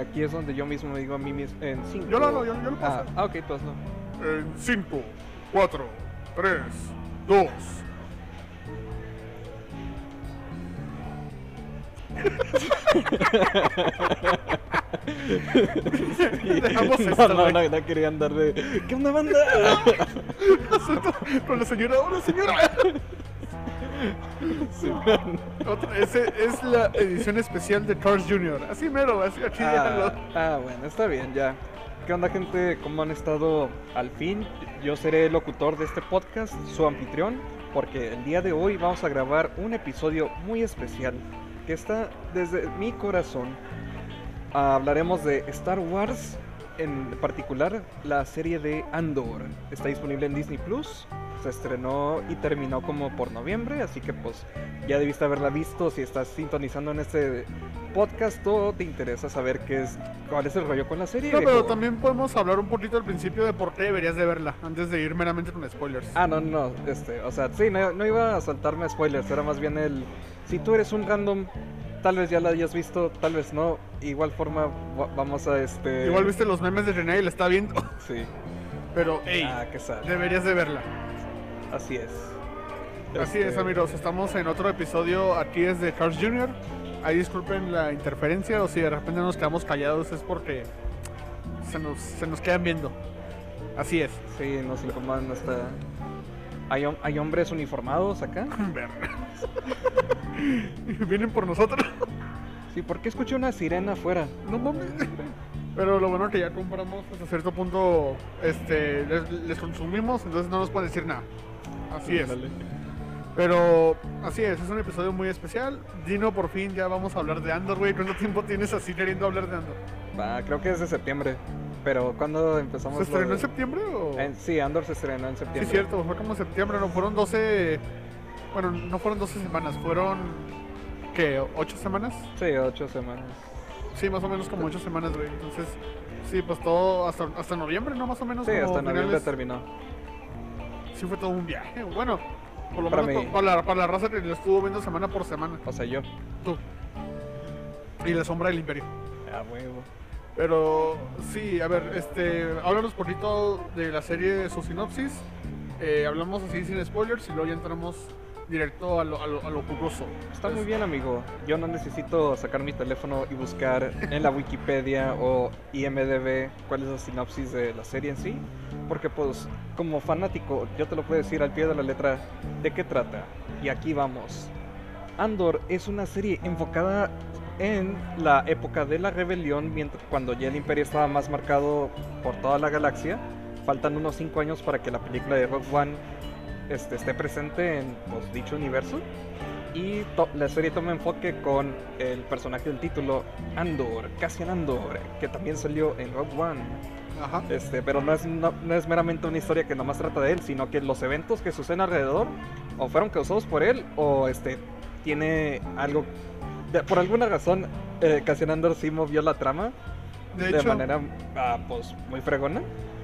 aquí es donde yo mismo me digo a mí mismo en 5. Yo lo paso. Ok, tú hazlo. En 5, 4, 3, 2. Dejamos esto, No quería andar de... ¿Qué onda, banda? Con la señora, hola señora. Sí, Es la edición especial de Cars Jr. Así mero, así déjalo. Bueno, está bien, ya. ¿Qué onda, gente? ¿Cómo han estado? Al fin, yo seré el locutor de este podcast, su anfitrión, porque el día de hoy vamos a grabar un episodio muy especial que está desde mi corazón. Hablaremos de Star Wars, en particular la serie de Andor. Está disponible en Disney Plus. Se estrenó y terminó como por noviembre, así que pues ya debiste haberla visto si estás sintonizando en este podcast o te interesa saber cuál es el rollo con la serie. No, pero viejo. también podemos hablar un poquito al principio de por qué deberías de verla, antes de ir meramente con spoilers. No, o sea, sí, no iba a saltarme spoilers, era más bien si tú eres un random, tal vez ya la hayas visto, tal vez no, igual forma vamos a Igual viste los memes de René y la está viendo, Sí, pero hey, qué sad. deberías de verla. Así es. Así es, amigos, estamos en otro episodio aquí desde Cars Jr. Ahí disculpen la interferencia o si de repente nos quedamos callados es porque se nos quedan viendo. Así es. Sí, nos incomodan hasta... ¿Hay hombres uniformados acá? Vienen por nosotros. Sí, ¿por qué escuché una sirena afuera? No mames. Pero lo bueno que ya compramos hasta cierto punto, les consumimos, entonces no nos pueden decir nada. Así es. Dale. Pero así es un episodio muy especial. Dino, por fin ya vamos a hablar de Andor, güey. ¿Cuánto tiempo tienes así queriendo hablar de Andor? Creo que es de septiembre. Pero ¿cuándo empezamos? ¿Se estrenó en septiembre o...? Sí, Andor se estrenó en septiembre. Sí, cierto, fue como septiembre, no fueron 12... Bueno, no fueron 12 semanas, fueron... ¿Qué? ¿8 semanas? Sí, 8 semanas. Sí, más o menos como 8 semanas, güey. Entonces, sí, pues todo hasta noviembre, ¿no? Más o menos. Sí, como hasta noviembre finales. terminó. Sí, fue todo un viaje. Bueno, por lo Para menos mí. para la raza que lo estuvo viendo semana por semana. O sea, yo. Tú. Y la sombra del imperio. Huevo. Pero sí, a ver, háblanos poquito de la serie, su sinopsis. Hablamos así sin spoilers y luego ya entramos directo a lo jugoso. Está muy bien, amigo. Yo no necesito sacar mi teléfono y buscar en la Wikipedia o IMDb cuál es la sinopsis de la serie en sí, porque pues como fanático yo te lo puedo decir al pie de la letra de qué trata. Y aquí vamos. Andor es una serie enfocada en la época de la rebelión, cuando ya el imperio estaba más marcado por toda la galaxia. Faltan unos 5 años para que la película de Rogue One esté presente en pues, dicho universo. Y la serie toma enfoque con el personaje del título, Andor, Cassian Andor, que también salió en Rogue One. Ajá. Pero no es meramente una historia que nomás trata de él, sino que los eventos que suceden alrededor o fueron causados por él o tiene algo... por alguna razón, Cassian Andor sí movió la trama De de hecho, manera pues muy fregona.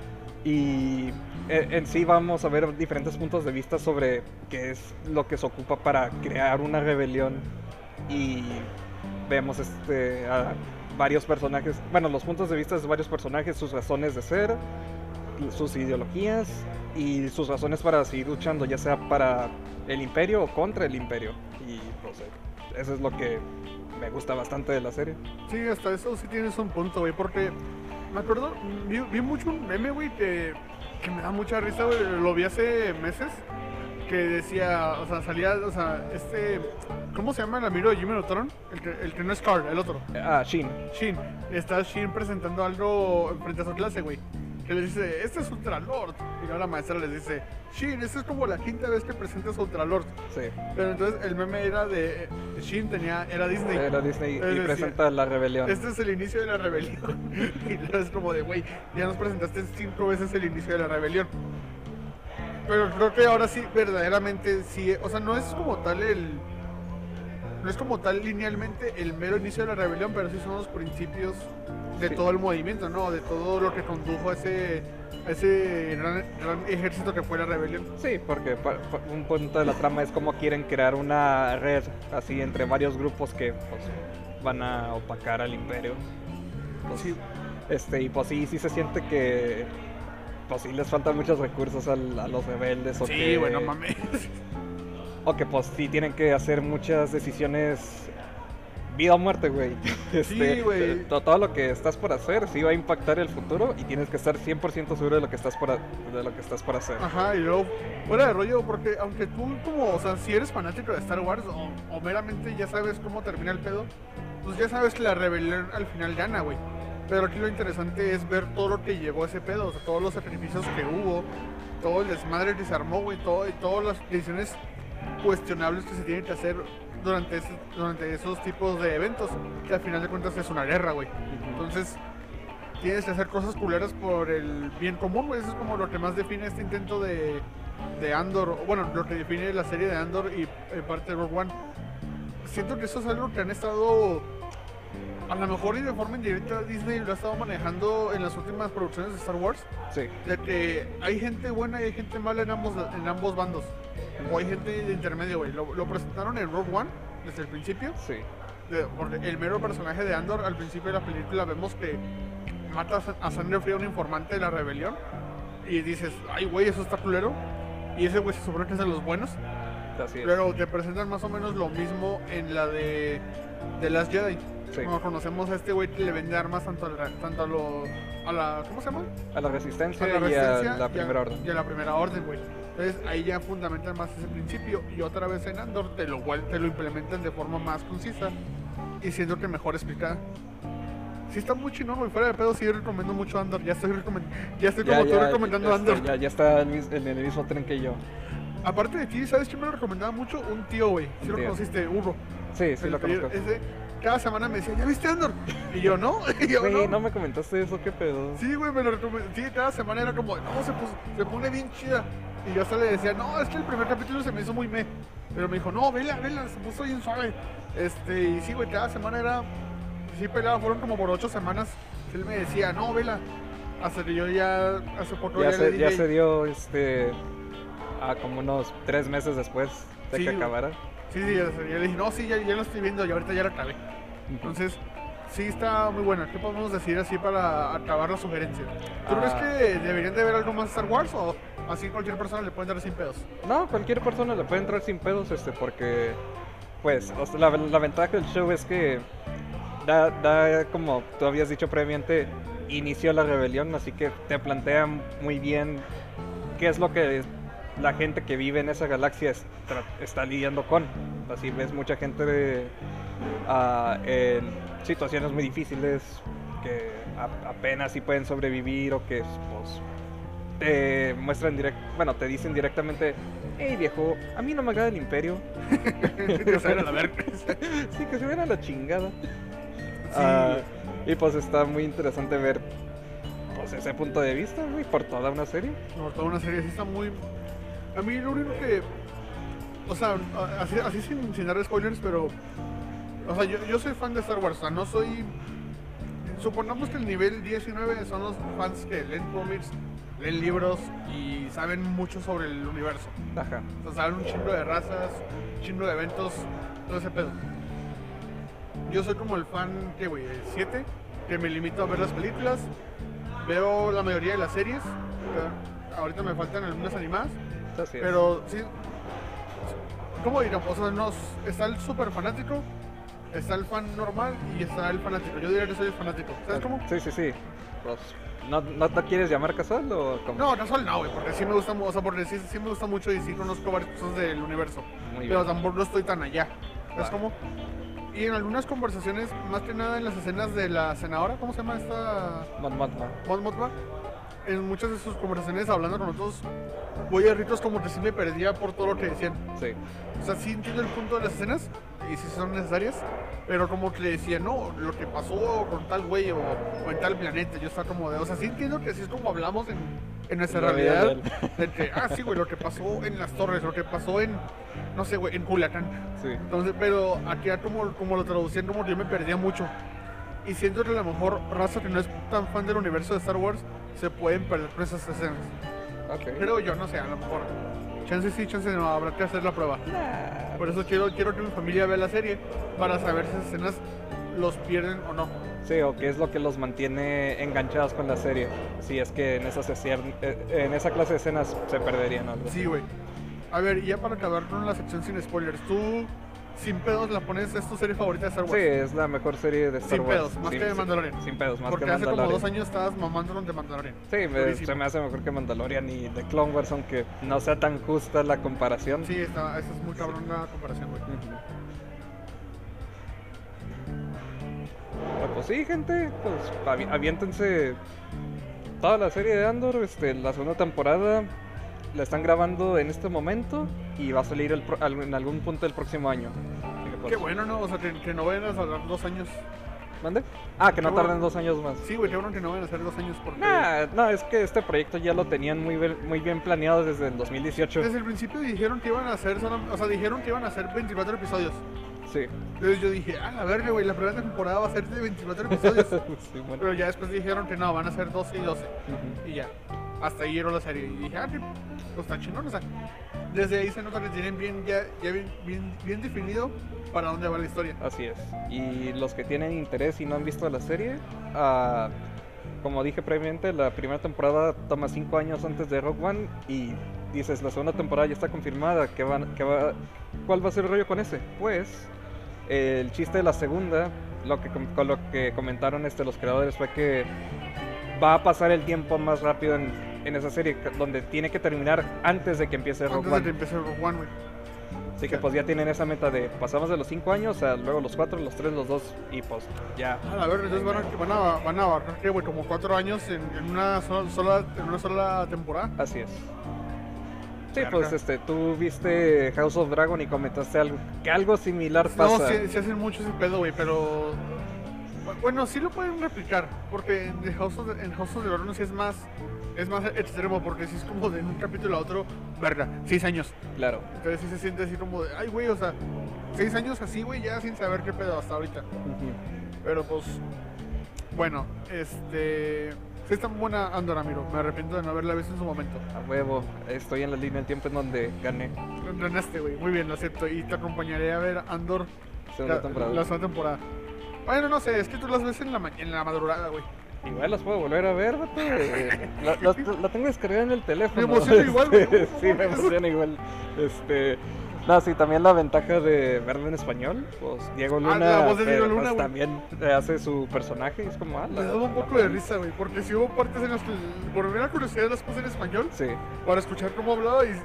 Y en sí vamos a ver diferentes puntos de vista sobre qué es lo que se ocupa para crear una rebelión. Y vemos a varios personajes, bueno, los puntos de vista de varios personajes, sus razones de ser, sus ideologías y sus razones para seguir luchando, ya sea para el imperio o contra el imperio. Y pues eso es lo que me gusta bastante de la serie. sí, hasta eso sí tienes un punto, güey, porque me acuerdo, vi mucho un meme, güey, que me da mucha risa, güey, lo vi hace meses, que decía, o sea, salía, o sea, ¿cómo se llama el amigo de Jimmy Neutron? El que no es Carl, el otro. Shin. Shin. Está Shin presentando algo frente a su clase, güey. Que les dice, este es Ultralord. Y luego la maestra les dice, Shin, esta es como la quinta vez que presentas Ultralord. Sí. Pero entonces el meme era de Shin era Disney. Era Disney Entonces y decía, presenta la rebelión. este es el inicio de la rebelión. Y luego es como de, güey, ya nos presentaste 5 veces el inicio de la rebelión. Pero creo que ahora sí, verdaderamente sí. O sea, no es como tal linealmente el mero inicio de la rebelión, pero sí son los principios de Sí. todo el movimiento, ¿no? De todo lo que condujo a ese gran ejército que fue la rebelión. Sí, porque un punto de la trama es cómo quieren crear una red así entre varios grupos que pues, van a opacar al imperio. Pues, Sí, y pues sí se siente que pues sí les faltan muchos recursos a los rebeldes o sí, que güey, no mames. o que pues sí tienen que hacer muchas decisiones vida o muerte, güey. Sí, güey. Todo lo que estás por hacer sí va a impactar el futuro y tienes que estar 100% seguro de lo que estás por hacer. Ajá, y luego, fuera de rollo, porque aunque tú como, o sea, si eres fanático de Star Wars o meramente ya sabes cómo termina el pedo, pues ya sabes que la rebelión al final gana, güey. Pero aquí lo interesante es ver todo lo que llevó a ese pedo, o sea, todos los sacrificios que hubo, todo el desmadre que se armó, güey, y todas las decisiones cuestionables que se tienen que hacer durante esos tipos de eventos, que al final de cuentas es una guerra, güey. Entonces, tienes que hacer cosas culeras por el bien común, güey. Eso es como lo que más define este intento de Andor, o bueno, lo que define la serie de Andor y parte de Rogue One. Siento que eso es algo que han estado, a lo mejor y de forma indirecta, Disney lo ha estado manejando en las últimas producciones de Star Wars. Sí. De que hay gente buena y hay gente mala en ambos bandos. O hay gente de intermedio, güey. Lo presentaron en Rogue One desde el principio. Sí. Porque el mero personaje de Andor, al principio de la película, vemos que mata a sangre fría, un informante de la rebelión. Y dices, ay, güey, eso está culero. Y ese güey se supone que es de los buenos. Así es. Pero te presentan más o menos lo mismo en la de Last Jedi. Sí. Como conocemos a este güey que le vende armas tanto a la ¿cómo se llama? A la resistencia, A la y resistencia a la primera orden. Y a la primera orden, güey. Entonces ahí ya fundamentan más ese principio. Y otra vez en Andor te lo implementan de forma más concisa y siendo que mejor explicada. Sí está muy chino, güey. Fuera de pedo, sí recomiendo mucho Andor. Ya estoy como tú recomendando Andor. Ya está en el mismo tren que yo. Aparte de ti, ¿sabes quién me lo recomendaba mucho? Un tío, güey. Sí lo tío. conociste, Urro. Sí, lo conozco. Cada semana me decía, ¿ya viste Andor? Y yo, ¿no? Y yo, Güey, no. no me comentaste eso, qué pedo. Sí, güey, me lo recomendó. Sí, cada semana era como, no, se pone bien chida. Y yo hasta le decía, no, es que el primer capítulo se me hizo muy meh. Pero me dijo, no, vela, se puso bien suave. Y sí, güey, cada semana era, sí pelaba, fueron como por 8 semanas. Él me decía, no, vela. Hasta que yo ya, hace poco Ya le dije, se dio, como unos 3 meses después de Sí, que acabara. Sí, yo le dije, no, sí, ya lo estoy viendo y ahorita ya lo acabé. Entonces, sí está muy buena. ¿Qué podemos decir así para acabar la sugerencia? ¿Tú crees que deberían de ver algo más de Star Wars o así cualquier persona le pueden dar sin pedos? No, cualquier persona le puede entrar sin pedos, porque, pues, o sea, la ventaja del show es que da, como tú habías dicho previamente, inició la rebelión, así que te plantea muy bien qué es lo que la gente que vive en esa galaxia está lidiando con. Así ves mucha gente en situaciones muy difíciles que apenas si pueden sobrevivir o que pues, te muestran te dicen directamente, hey viejo, a mí no me agrada el imperio. Que se vayan a la verga. Sí, que se vayan a la chingada. Sí. Y pues está muy interesante ver pues ese punto de vista, güey, por toda una serie. Por toda una serie, sí está muy... A mí lo único que... O sea, así sin dar spoilers, pero... O sea, yo soy fan de Star Wars, o sea, no soy... Supongamos que el nivel 19 son los fans que leen cómics, leen libros y saben mucho sobre el universo. Ajá. O sea, saben un chingo de razas, un chingo de eventos, todo ese pedo. Yo soy como el fan, ¿qué güey? 7, que me limito a ver las películas, veo la mayoría de las series, ahorita me faltan algunas animadas, Así es. pero sí, ¿cómo diríamos? O sea, está el super fanático, está el fan normal y está el fanático. Yo diría que soy el fanático, ¿sabes cómo? Sí. Pues, ¿no te quieres llamar casual o cómo? No, casual no, güey, porque sí me gusta, o sea, porque sí me gusta mucho y sí conozco varias cosas del universo, Muy pero bien. tampoco no estoy tan allá, ¿sabes Va. cómo? Y en algunas conversaciones, más que nada en las escenas de la senadora, ¿cómo se llama esta? Mon Mothma. Mon Mothma, en muchas de sus conversaciones hablando con nosotros, voy a ritos como que sí me perdía por todo lo que decían. Sí. O sea, sí entiendo el punto de las escenas y sí son necesarias, pero como que le decía, no, lo que pasó con tal güey o en tal planeta, yo estaba como de, o sea, sí entiendo que así es como hablamos en nuestra La vida realidad, real. de que, sí, güey, lo que pasó en las torres, lo que pasó en, no sé, güey, en Culiacán. Sí. Entonces, pero aquí ya como lo traducían, como que yo me perdía mucho. Y siento que a lo mejor raza que no es tan fan del universo de Star Wars se pueden perder por esas escenas. Ok. Creo yo, no sé, a lo mejor. Chance sí, chance no, habrá que hacer la prueba. Por eso quiero que mi familia vea la serie, para saber esas escenas los pierden o no. Sí, o qué es lo que los mantiene enganchados con la serie. Si es que en en esa clase de escenas se perderían algo. Sí, güey. A ver, y ya para acabar con la sección sin spoilers, tú sin pedos la pones, es tu serie favorita de Star Wars. Sí, es la mejor serie de Star Sin Wars. pedos, más que Mandalorian. Sin pedos, más Porque que hace como Mandalorian. 2 años estabas mamando de Mandalorian. Sí, Durísimo. se me hace mejor que Mandalorian y de Clone Wars, aunque no sea tan justa la comparación. Sí, esa es muy cabrón la comparación, güey. Ujú. Pues sí, gente, pues aviéntense toda la serie de Andor, la segunda temporada la están grabando en este momento y va a salir en algún punto del próximo año. Así que, pues, Qué bueno, ¿no? O sea, que no vayan a tardar 2 años. ¿Mande? Ah, que no Qué bueno. tarden 2 años más. Sí, güey, qué bueno que no vayan a hacer 2 años porque... No, es que este proyecto ya lo tenían muy bien planeado desde el 2018. Desde el principio dijeron que iban a hacer dijeron que iban a hacer 24 episodios. Sí. Entonces yo dije, a la verga, güey, la primera temporada va a ser de 24 episodios. Sí, bueno. Pero ya después dijeron que no, van a ser 12 y 12. Ujú. Y ya. Hasta ahí llegó la serie. Y dije, sí, pues está chingón, o sea. Desde ahí se nota que tienen bien definido para dónde va la historia. Así es. Y los que tienen interés y no han visto la serie, como dije previamente, la primera temporada toma 5 años antes de Rogue One y dices, la segunda temporada ya está confirmada, ¿cuál va a ser el rollo con ese? Pues, el chiste de la segunda, con lo que comentaron los creadores fue que va a pasar el tiempo más rápido en esa serie, donde tiene que terminar antes de que empiece Rogue Antes de One. que empiece Rogue One, güey. Así que pues ya tienen esa meta de pasamos de los 5 años a luego los 4, los 3, los 2 y pues ya. A ver, entonces van a abarcar, ¿qué, güey? Como 4 años en una sola temporada. Así es. Sí, Verga. pues tú viste House of Dragon y comentaste que algo similar No, pasa. sí hacen mucho ese pedo, güey, pero... Bueno, sí lo pueden replicar, porque en House of the Dragon sí es más extremo, porque sí es como de un capítulo a otro, verga, 6 años. Claro. Entonces sí se siente así como de, ay, güey, o sea, 6 años así, güey, ya sin saber qué pedo hasta ahorita. Ujú. Pero pues, bueno, sí está muy buena Andor, amigo, me arrepiento de no haberla visto en su momento. A huevo, estoy en la línea del tiempo en donde gané Ganaste, güey, muy bien, lo acepto, y te acompañaré a ver Andor segunda temporada. la segunda temporada. Bueno, no sé, es que tú las ves en la madrugada, güey. Igual las puedo volver a ver, vato. La tengo descargada en el teléfono. Me emociona igual, güey. Sí, me emociona igual. No, sí, también la ventaja de verlo en español, pues Diego Luna, la voz de Diego pues, Luna, güey. también hace su personaje, es como, Me daba un poco de risa, güey, porque si hubo partes en las que por ver la curiosidad de las cosas en español, Sí, para escuchar cómo hablaba y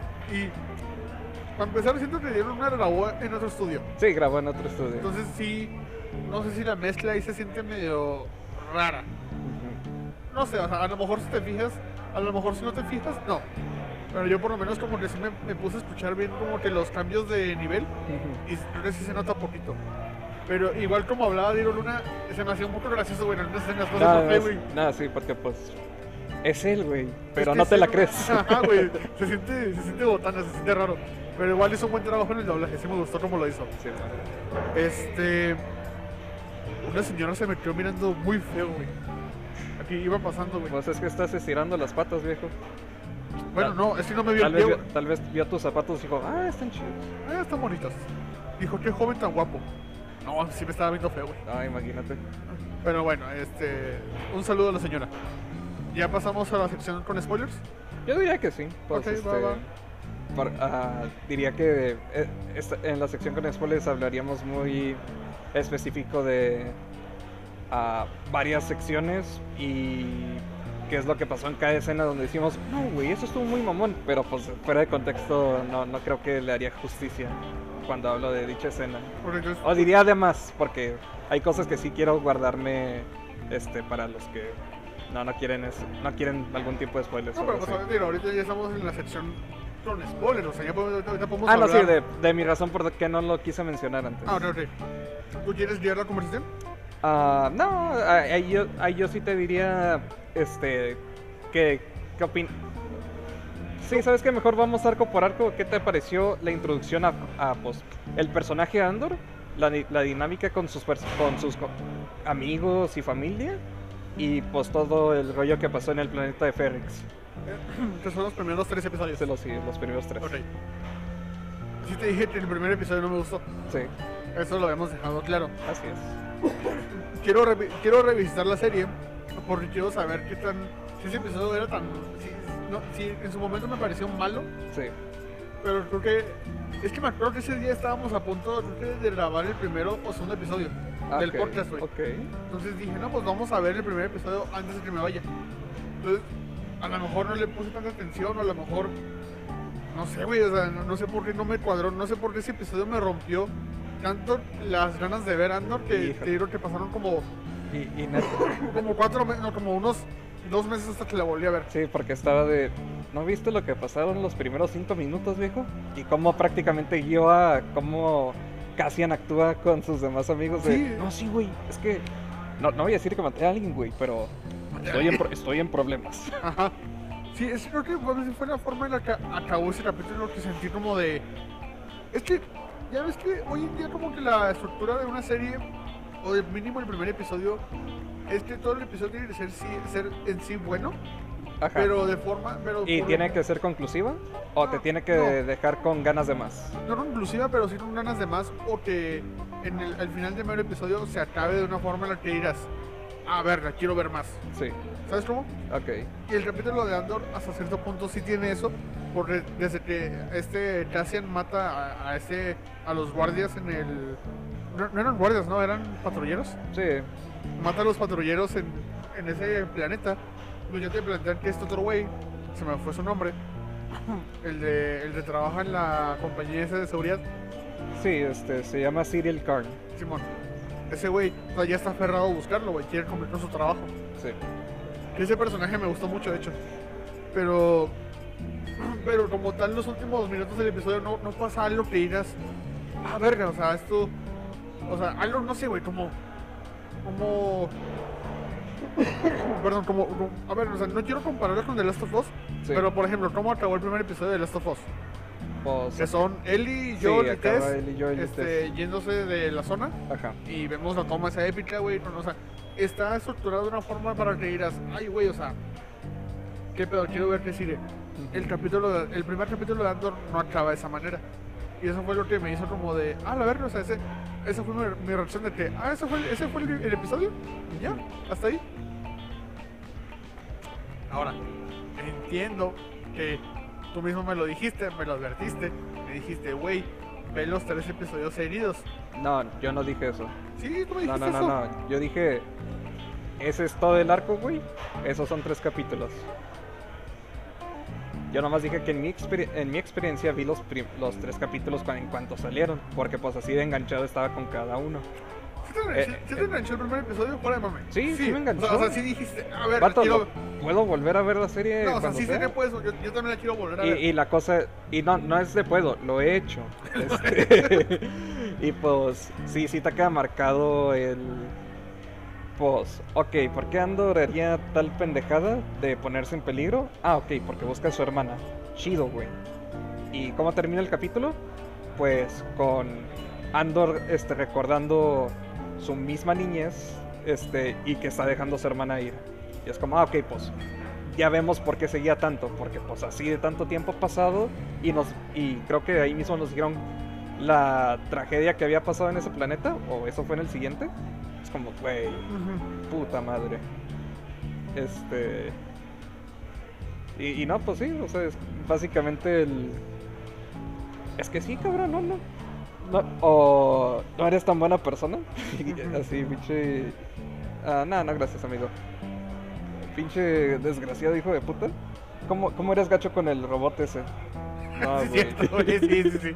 para empezar siento que Diego Luna grabó en otro estudio. sí, grabó en otro estudio. Entonces sí, no sé si la mezcla ahí se siente medio rara. Ujú. No sé, o sea, a lo mejor si te fijas, a lo mejor si no te fijas, no. Pero yo por lo menos como que sí me puse a escuchar bien como que los cambios de nivel Ujú. y creo que sí se nota poquito. Pero igual como hablaba Diego Luna, se me hacía un poco gracioso, güey, en algunas escenas, no sé por qué, güey. Nada, sí, porque pues es él, güey, pero Es que no te sí, la güey. crees. Ajá, güey, se siente botana, se siente raro. Pero igual hizo un buen trabajo en el doblaje, sí me gustó como lo hizo. Sí, bueno. Una señora se me quedó mirando muy feo, güey. Aquí iba pasando, güey. Pues es que estás estirando las patas, viejo. Bueno, no, es que no me vio el pie. Tal vez vio tus zapatos y dijo, están chidos. Están bonitos. Dijo, qué joven tan guapo. No, sí me estaba viendo feo, güey. Ah, imagínate. Pero bueno, un saludo a la señora. ¿Ya pasamos a la sección con spoilers? Yo diría que sí. Pues, Ok, va. diría que en la sección con spoilers hablaríamos muy específico de varias secciones y qué es lo que pasó en cada escena donde decimos, no, güey, eso estuvo muy mamón, pero pues fuera de contexto no creo que le haría justicia cuando hablo de dicha escena. Porque entonces, O diría además, porque hay cosas que sí quiero guardarme para los que no quieren algún tipo de spoilers. no, o pero algo pues así. ahorita ya estamos en la sección con spoilers. O sea, ahorita podemos No, hablar. sí, de mi razón por qué no lo quise mencionar antes. Ok. ¿Tú quieres guiar la conversación? No, ahí yo sí te diría, ¿qué opinas? Sí, ¿sabes qué? Mejor vamos arco por arco. ¿Qué te pareció la introducción pues, el personaje Andor? La dinámica con sus amigos y familia. Y pues todo el rollo que pasó en el planeta de Ferrix. Que son los primeros 3 episodios. Sí, los primeros 3. Ok. Sí te dije que el primer episodio no me gustó. Sí, Eso lo habíamos dejado claro. así es. quiero revisitar la serie porque quiero saber qué tan... Si ese episodio era tan... Si en su momento me pareció malo, Sí. pero creo que... Es que me acuerdo que ese día estábamos a punto de grabar el primero o segundo episodio del Ok, podcast, güey. ok. Entonces dije, no, pues vamos a ver el primer episodio antes de que me vaya. Entonces, a lo mejor no le puse tanta atención, o a lo mejor... No sé, güey, o sea, no sé por qué no me cuadró, no sé por qué ese episodio me rompió tanto las ganas de ver Andor que Híjole. te digo que pasaron como Y neta, 4 meses, no, como unos 2 meses hasta que la volví a ver. sí, porque estaba de... ¿No viste lo que pasaron los primeros 5 minutos, viejo? Y cómo prácticamente guió a cómo Cassian actúa con sus demás amigos de... Sí. No, sí, güey, es que... No voy a decir que maté a alguien, güey, pero... Estoy en problemas. Ajá. Sí, es, creo que bueno, esa fue la forma en la que acabó ese capítulo, que sentí como de... Es que, ya ves que hoy en día como que la estructura de una serie, o de mínimo el primer episodio, es que todo el episodio tiene que ser en sí bueno, Ajá. pero de forma... Pero ¿Y por- tiene que ser conclusiva? ¿O te No, tiene que no. dejar con ganas de más? No inclusiva, pero sí con ganas de más, o que al final del primer episodio se acabe de una forma en la que dirás, a ver, la quiero ver más. Sí, ¿Sabes cómo? ok. Y el capítulo de Andor hasta cierto punto sí tiene eso, porque desde que Cassian mata a los guardias en el... No eran guardias, no, eran patrulleros. Sí, Mata a los patrulleros en ese planeta. Pues ya te plantean que este otro güey, se me fue su nombre, el de trabaja en la compañía esa de seguridad, sí, se llama Cyril Karn. Simón. Ese güey, o sea, ya está aferrado a buscarlo, güey, quiere cumplir con su trabajo. Sí. Que ese personaje me gustó mucho, de hecho. Pero como tal, los últimos minutos del episodio no pasa algo que digas, ah, verga, o sea, esto, o sea, algo, no sé, güey, perdón, a ver, o sea, no quiero compararlo con The Last of Us, Sí. pero por ejemplo, ¿cómo acabó el primer episodio de The Last of Us? Pues, Que son Ellie, sí, Joel y acaba Tess, Ellie, Joel y Tess. yéndose de la zona, Ajá. y vemos la toma esa épica, güey, o sea, está estructurado de una forma para que dirás, ay, güey, o sea, qué pedo, quiero ver qué sigue. El primer capítulo de Andor no acaba de esa manera. Y eso fue lo que me hizo como de, la verdad, o sea, esa fue mi reacción de que, ese fue el episodio, y ya, hasta ahí. Ahora, entiendo que tú mismo me lo dijiste, me lo advertiste, me dijiste, güey, ve los 3 episodios seguidos. No, yo no dije eso. Sí, tú me No, dijiste no, eso. no. Yo dije, ese es todo el arco, güey. Esos son 3 capítulos. Yo nomás dije que en mi experiencia vi los 3 capítulos en cuanto salieron, porque pues así de enganchado estaba con cada uno. ¿Sí te enganchó el primer episodio? Fuera de mame. Sí me enganchó. O sea, sí dijiste, a ver, Vato, quiero... ¿puedo volver a ver la serie? No, o sea, cuando sí sé sea? que puedes, yo también la quiero volver a ver. Y la cosa, y no es de puedo, lo he hecho. Y pues, sí te queda marcado el... Pues, ok, ¿por qué Andor haría tal pendejada de ponerse en peligro? Ah, ok, porque busca a su hermana. Chido, güey. ¿Y cómo termina el capítulo? Pues con Andor recordando su misma niñez y que está dejando a su hermana ir. Y es como, ok, pues ya vemos por qué seguía tanto, porque pues así de tanto tiempo pasado y creo que ahí mismo nos dijeron la tragedia que había pasado en ese planeta, o eso fue en el siguiente. Es como, güey, Ujú. puta madre. Y no, pues sí, o sea, es básicamente es que sí, cabrón, no, o no eres tan buena persona. Así, pinche... no, gracias, amigo. Pinche desgraciado hijo de puta. ¿Cómo eres gacho con el robot ese? No, Sí, güey. cierto, güey, sí.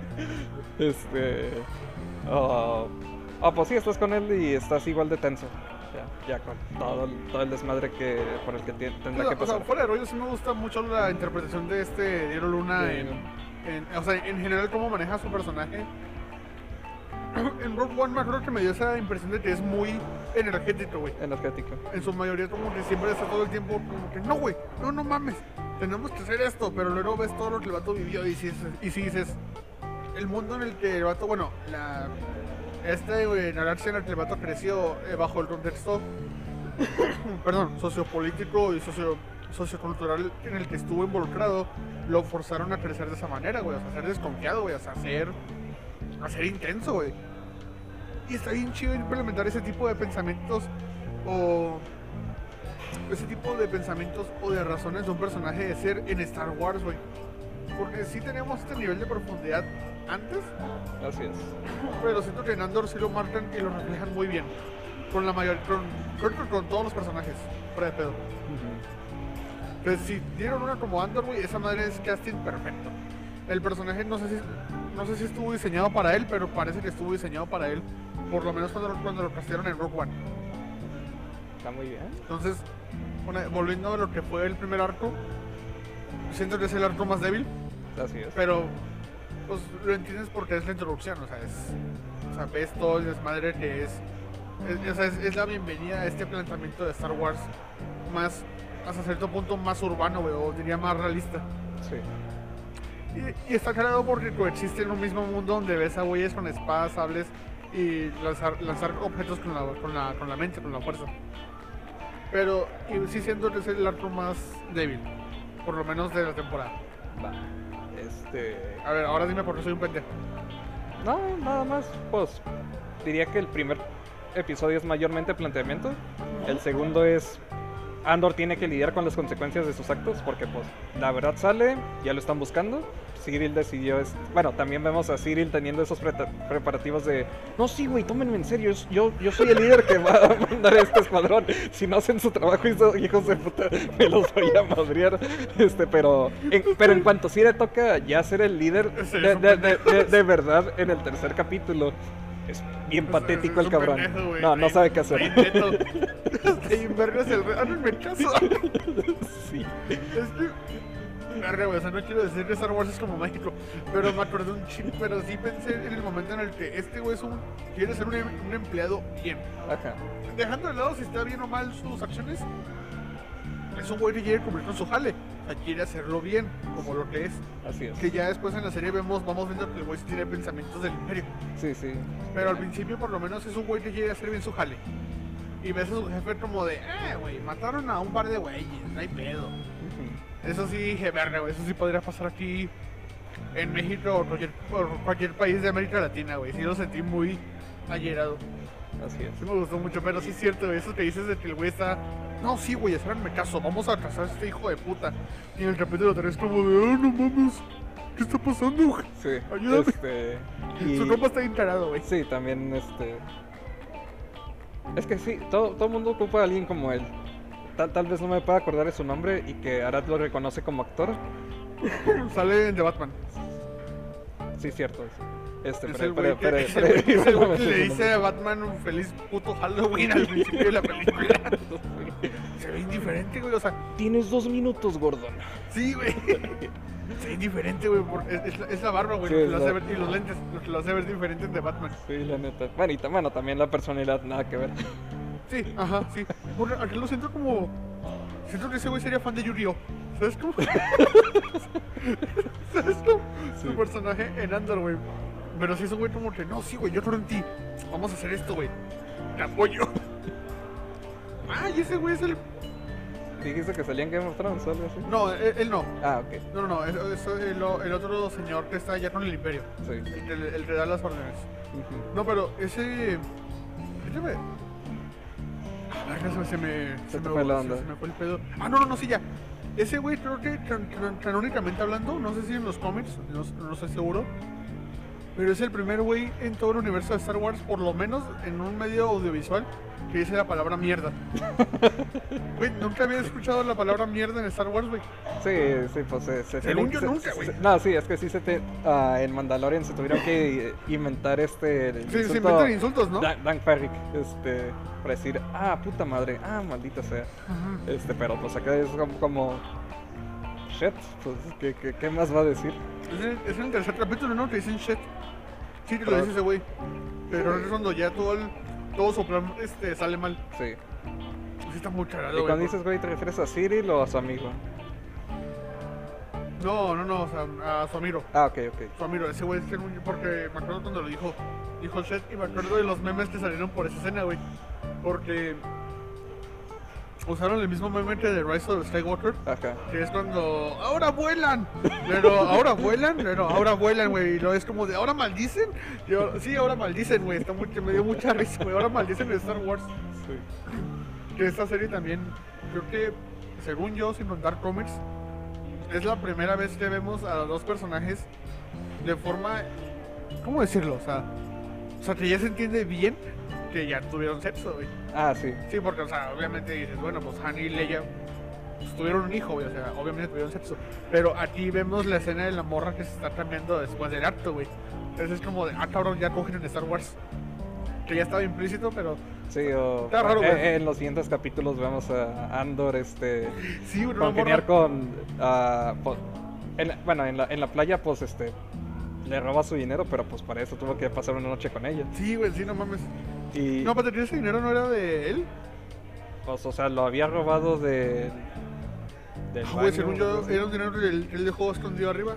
Pues sí, estás con él y estás igual de tenso. Ya con todo el desmadre por el que tendrá que O sea, pasar. fuera de rollo, sí me gusta mucho la interpretación de Diego Luna Sí. o sea, en general cómo maneja su personaje. En Rogue One me acuerdo que me dio esa impresión de que es muy energético, güey. Energético. En su mayoría como que siempre está todo el tiempo como que no, güey, no mames, tenemos que hacer esto, pero luego ves todo lo que el vato vivió y si dices, el mundo en el que el vato, bueno, galaxia en el que el vato creció bajo el contexto, perdón, sociopolítico y sociocultural en el que estuvo involucrado, lo forzaron a crecer de esa manera, güey, o sea, a ser desconfiado, güey, o sea, a ser intenso, güey. Y está bien chido implementar ese tipo de pensamientos o de razones de un personaje de ser en Star Wars, güey. Porque sí tenemos este nivel de profundidad antes, Así es. pero siento que en Andor sí lo marcan y lo reflejan muy bien. Con la mayoría, creo que con todos los personajes, fuera de pedo. Pues si dieron una como Andor, güey, esa madre es casting perfecto. El personaje no sé si estuvo diseñado para él, pero parece que estuvo diseñado para él. Por lo menos cuando lo castearon en Rogue One. Está muy bien. Entonces, volviendo a lo que fue el primer arco, siento que es el arco más débil, Así es. pero pues lo entiendes porque es la introducción, o sea, ves todo el desmadre que es la bienvenida a este planteamiento de Star Wars más, hasta cierto punto más urbano, güey, o diría más realista. Sí. Y está claro porque coexiste en un mismo mundo donde ves a güeyes con espadas, sables y lanzar objetos con la mente, con la fuerza. Pero sí siento que es el arco más débil, por lo menos de la temporada. Va. A ver, ahora dime por qué soy un pendejo. No, nada más. Pues diría que el primer episodio es mayormente planteamiento. El segundo es Andor tiene que lidiar con las consecuencias de sus actos porque pues la verdad sale, ya lo están buscando. Cyril decidió, bueno, también vemos a Cyril teniendo esos preparativos de no, sí, güey, tómenme en serio, yo soy el líder que va a mandar a este escuadrón. Si no hacen su trabajo, hijos de puta, me los voy a madrear. Pero en cuanto sí le toca ya ser el líder de verdad en el tercer capítulo, es bien patético el cabrón. Pendejo, no sabe qué hacer. Te invergas el háganme caso. Sí. O sea, no quiero decir que Star Wars es como mágico, pero me acordé un chip, pero sí pensé en el momento en el que este güey quiere ser un empleado bien. Ajá. Dejando de lado si está bien o mal sus acciones, es un güey que quiere cumplir con su jale. O sea, quiere hacerlo bien, como lo que es. Así es. Que ya después en la serie vamos viendo que el güey sí tiene pensamientos del imperio. Sí, sí. Pero al principio por lo menos es un güey que quiere hacer bien su jale. Y ves a su jefe como de, güey, mataron a un par de güeyes, no hay pedo. Eso sí dije, verga, güey, eso sí podría pasar aquí en México o cualquier país de América Latina, güey. Sí lo sentí muy ayerado. Así es. Sí me gustó mucho, pero sí es cierto, güey, eso que dices de que el güey está... No, sí, güey, háganme caso, vamos a cazar a este hijo de puta. Y en el capítulo 3 como de, no mames, ¿qué está pasando, güey? Sí, ayúdame. Su compa está encarado, güey. Sí, también, es que sí, todo el mundo ocupa a alguien como él. Tal vez no me pueda acordar de su nombre y que Arad lo reconoce como actor. Sale en The Batman. Sí, cierto. Es el güey que le dice a Batman un feliz puto Halloween al principio de la película. Se ve indiferente, güey, o sea... Tienes 2 minutos, Gordon. Sí, güey. Se ve indiferente, güey, es la barba, güey, sí, lo que lo hace ver, y los lentes, lo que lo hace ver diferente de Batman. Sí, la neta. Bueno, y también la personalidad, nada que ver. Sí, ajá, sí. Porque aquí lo siento como... Siento que ese güey sería fan de Yu-Gi-Oh! ¿Sabes cómo? ¿Sabes cómo? Sí. Su personaje en Andor, güey. Pero sí es un güey como que, no, sí, güey, yo creo en ti. Vamos a hacer esto, güey. Te apoyo. Y ese güey es el... ¿Dijiste que salía en Game of Thrones o algo así? No, él no. Ok. No, es el otro señor que está allá con el Imperio. Sí. El que da las órdenes. No, pero ese... Escúchame. Se me fue el pedo. No, sí, ya. Ese güey creo que canónicamente hablando, no sé si en los cómics, no estoy seguro, pero es el primer güey en todo el universo de Star Wars, por lo menos en un medio audiovisual, que dice la palabra mierda. Güey, nunca había escuchado la palabra mierda en Star Wars, güey. Sí, pues según yo nunca, güey. No, sí, es que sí en Mandalorian se tuvieron que inventar se inventan insultos, ¿no? Dan Ferrick, para decir, puta madre, maldita sea. Pero pues acá es como shit, pues, ¿qué más va a decir? Es en el tercer capítulo, ¿no? Que dicen shit. Sí, que lo dice ese güey. Pero es cuando ya todo su plan sale mal. Sí. Sí está muy cagado, güey. ¿Y cuando dices, güey, te refieres a Cyril o a su amigo? No, o sea, a su amigo. Ok. Su amigo, ese güey es que porque me acuerdo cuando lo dijo shit, y me acuerdo de los memes que salieron por esa escena, güey. Porque usaron el mismo meme que de Rise of Skywalker, Ajá. que es cuando ahora vuelan, pero ahora vuelan, güey, y lo es como de ahora maldicen. Yo, sí, ahora maldicen, güey, que me dio mucha risa, güey, ahora maldicen de Star Wars. Sí. Que esta serie también, creo que, según yo, sin contar cómics, es la primera vez que vemos a dos personajes de forma, ¿cómo decirlo? O sea, que ya se entiende bien que ya tuvieron sexo, güey. Ah, sí. Sí, porque, o sea, obviamente dices, bueno, pues Han y Leia pues, tuvieron un hijo, güey, o sea, obviamente tuvieron sexo. Pero aquí vemos la escena de la morra que se está cambiando después del acto, güey. Entonces es como de, cabrón, ya cogen en Star Wars. Que ya estaba implícito, pero Sí, o Está raro, güey. en los siguientes capítulos vemos a Andor sí, una congeniar morra. con bueno, en la playa pues le roba su dinero, pero pues para eso tuvo que pasar una noche con ella. Sí, güey, sí, no mames. Y No, pero ese dinero no era de él. pues, o sea, lo había robado del Güey, baño, según o yo, algo así. era un dinero que él dejó escondido arriba.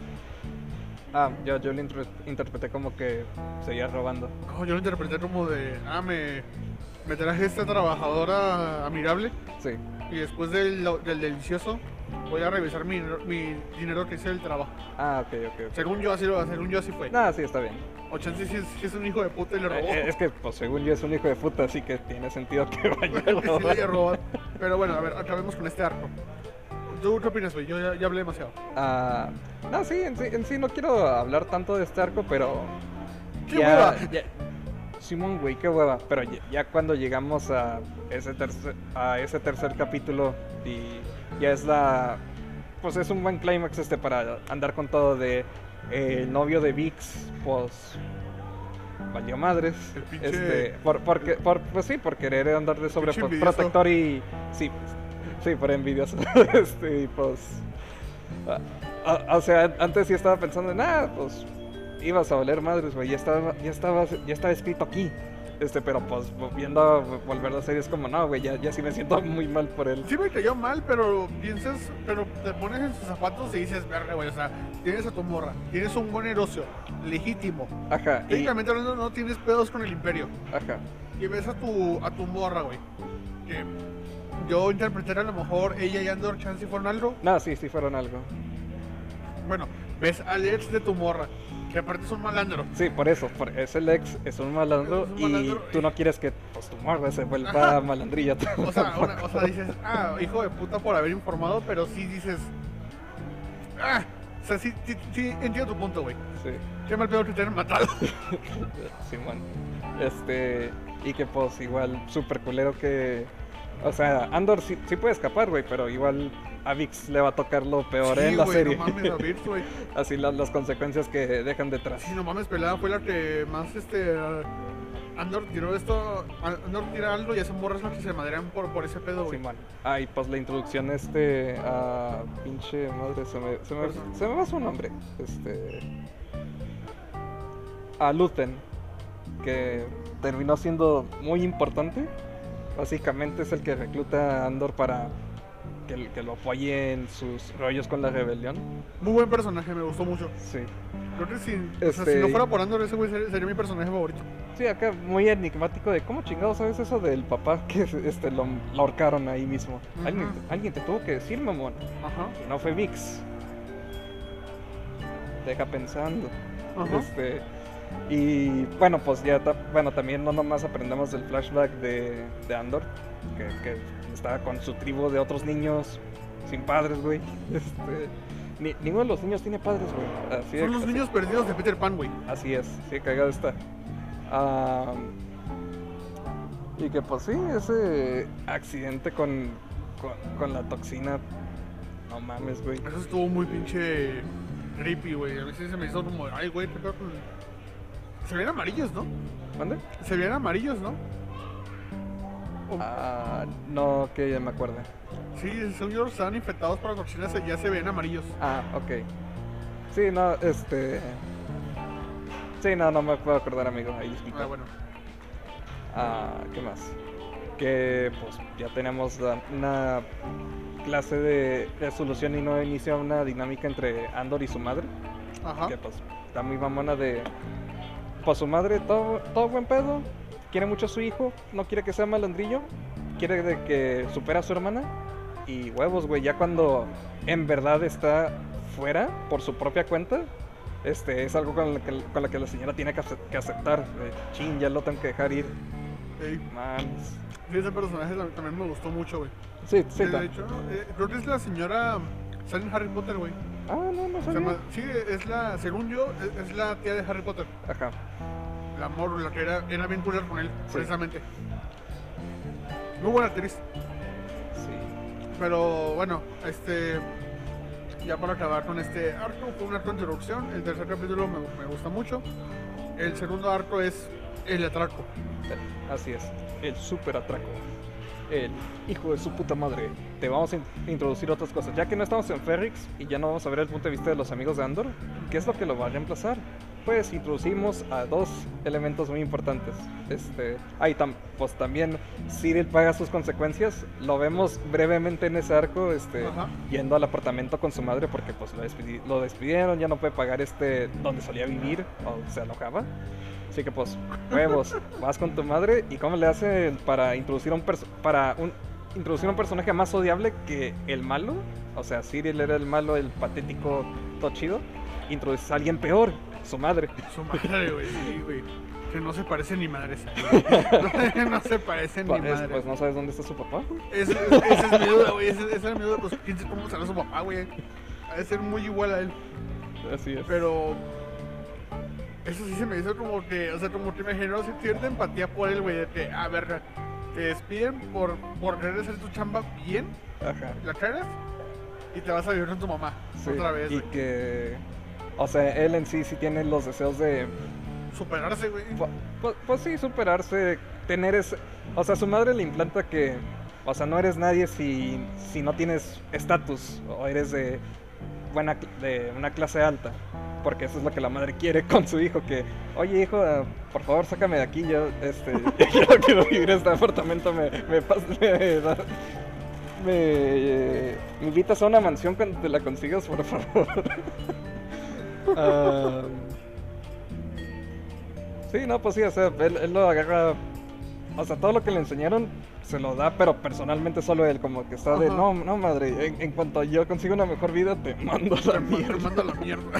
Yo lo interpreté como que seguía robando. Oh, yo lo interpreté como de, me traje esta trabajadora admirable Sí. y después del delicioso voy a revisar mi dinero que hice del trabajo. Ok. Según yo así fue. Nada, sí, está bien. O chance sí es un hijo de puta y le robó. Es que, pues, según yo es un hijo de puta, así que tiene sentido que vaya a Que sí le robar. haya robado. Pero bueno, a ver, acabemos con este arco. ¿Tú qué opinas, güey? Yo ya hablé demasiado. No, sí, en sí no quiero hablar tanto de este arco, pero... ¡Qué hueva! Simón, güey, qué hueva. Pero ya cuando llegamos a ese tercer capítulo y ya es pues es un buen clímax para andar con todo de el novio de Vix, pues valió madres. El pinche- Pues sí, por querer andar de Pinche sobreprotector y sí, por envidioso. Y pues o sea, antes sí estaba pensando en pues ibas a valer madres, güey, ya estaba escrito aquí. Pero pues volver a la serie es como, no, güey, ya sí me siento muy mal por él. Sí me cayó mal, pero te pones en sus zapatos y dices, verga, güey, o sea, tienes a tu morra, tienes un buen negocio, legítimo. Ajá, Técnicamente hablando, no tienes pedos con el imperio. ajá. Y ves a tu morra, güey. Que yo interpreté a lo mejor ella y Andor chance fueron algo. No, sí fueron algo. Bueno, ves al ex de tu morra, que aparte es un malandro. Sí, por eso, es el ex, es un malandro, Es un y malandro tú y- no quieres que pues, tu morra se vuelva Ajá. malandrilla. O sea, dices, hijo de puta por haber informado, pero sí dices, o sea, sí entiendo tu punto, güey. Sí, Qué mal pedo que te hayan matado. Simón. Y que pues igual, súper culero que... O sea, Andor sí puede escapar, güey, pero igual a Vix le va a tocar lo peor Sí, en la güey, serie. no mames, a Virtus, güey. Así las consecuencias que dejan detrás. Sí, no mames, pelada fue la que más, Andor tiró esto, Andor tira algo y ese morra es lo que se madrean por ese pedo, güey. Simón. Y pues la introducción a pinche madre, se me va su nombre. A Luthen, que terminó siendo muy importante. Básicamente es el que recluta a Andor para que lo apoye en sus rollos con la rebelión. Muy buen personaje, me gustó mucho. Sí. Creo que o sea, si no fuera por Andor, ese güey sería mi personaje favorito. Sí, acá muy enigmático de cómo chingados sabes eso del papá que lo ahorcaron ahí mismo. Ujú. Alguien te tuvo que decir, mamón. Ajá, Y no fue Vix. Deja pensando. ajá. Y bueno, pues también no nomás aprendemos del flashback de Andor, que estaba con su tribu de otros niños sin padres, güey. Ninguno de los niños tiene padres, güey. Son los niños perdidos de Peter Pan, güey. Así es, sí, cagado está. Y que pues sí, ese accidente con la toxina, no mames, güey. Eso estuvo muy pinche creepy, güey. A veces se me hizo como, ay, güey, qué pedo con... Se veían amarillos, ¿no? ¿Mande? Se veían amarillos, ¿no? No, que ya me acuerdo. Sí, según yo estaban infectados por la toxina, ya se ven amarillos. Ok. Sí, no, Sí, no me puedo acordar, amigo. Ahí disculpa. Bueno. ¿Qué más? Que pues ya tenemos una clase de resolución y no inicia una dinámica entre Andor y su madre. Ajá. Que pues está muy mamona de... Pues su madre, todo buen pedo, quiere mucho a su hijo, no quiere que sea malandrillo, quiere de que supera a su hermana. Y huevos, güey, ya cuando en verdad está fuera por su propia cuenta, es algo con la que la señora tiene que aceptar. Chin, ya lo tengo que dejar ir. Ey, Mames. sí, ese personaje también me gustó mucho, güey. Sí, sí, De hecho, creo que es la señora. Sale en Harry Potter, güey. Ah, no Se sabía. llama- Sí, es la, según yo, es la tía de Harry Potter. Ajá. La amor, la que era bien cool con él, Sí. precisamente. Muy buena actriz. Sí. Pero bueno, ya para acabar con este arco, fue una introducción. El tercer capítulo me gusta mucho. El segundo arco es el atraco. Así es. El super atraco. El hijo de su puta madre. Te vamos a introducir otras cosas. Ya que no estamos en Ferrix y ya no vamos a ver el punto de vista de los amigos de Andor, ¿qué es lo que lo va a reemplazar? Pues introducimos a dos elementos muy importantes. Pues también Cyril paga sus consecuencias. Lo vemos brevemente en ese arco, Ajá. yendo al apartamento con su madre porque pues lo despidieron, ya no puede pagar donde solía vivir o se alojaba. Así que pues, huevos, vas con tu madre. ¿Y cómo le hacen para introducir introducir un personaje más odiable que el malo? O sea, Cyril era el malo, el patético, todo chido. Introduces a alguien peor, su madre. Su madre, güey, sí, güey. Que no se parece ni madre esa, güey. No se parece ni madre. Pues no sabes dónde está su papá. Esa es mi duda, güey. Esa es mi duda. Pues quién sabe cómo será su papá, güey. Ha de ser muy igual a él. Así es. Pero eso sí se me hizo como que, o sea, como que me generó cierta empatía por él, güey. De que, a ver, te despiden por querer hacer tu chamba bien, Ajá. la cagas y te vas a vivir con tu mamá Sí, otra vez, y güey. que, o sea, él en sí tiene los deseos de, Superarse, güey. pues sí, superarse, tener ese, o sea, su madre le implanta que, o sea, no eres nadie si no tienes estatus o eres de una clase alta, porque eso es lo que la madre quiere con su hijo, que, oye hijo, por favor sácame de aquí, yo no quiero vivir en este apartamento, me invitas a una mansión cuando te la consigas, por favor. Sí, no, pues sí, o sea, él lo agarra, o sea, todo lo que le enseñaron se lo da, pero personalmente solo él, como que está de, Ajá. no madre, en cuanto yo consigo una mejor vida, te mando a la Te mierda. mando a la mierda.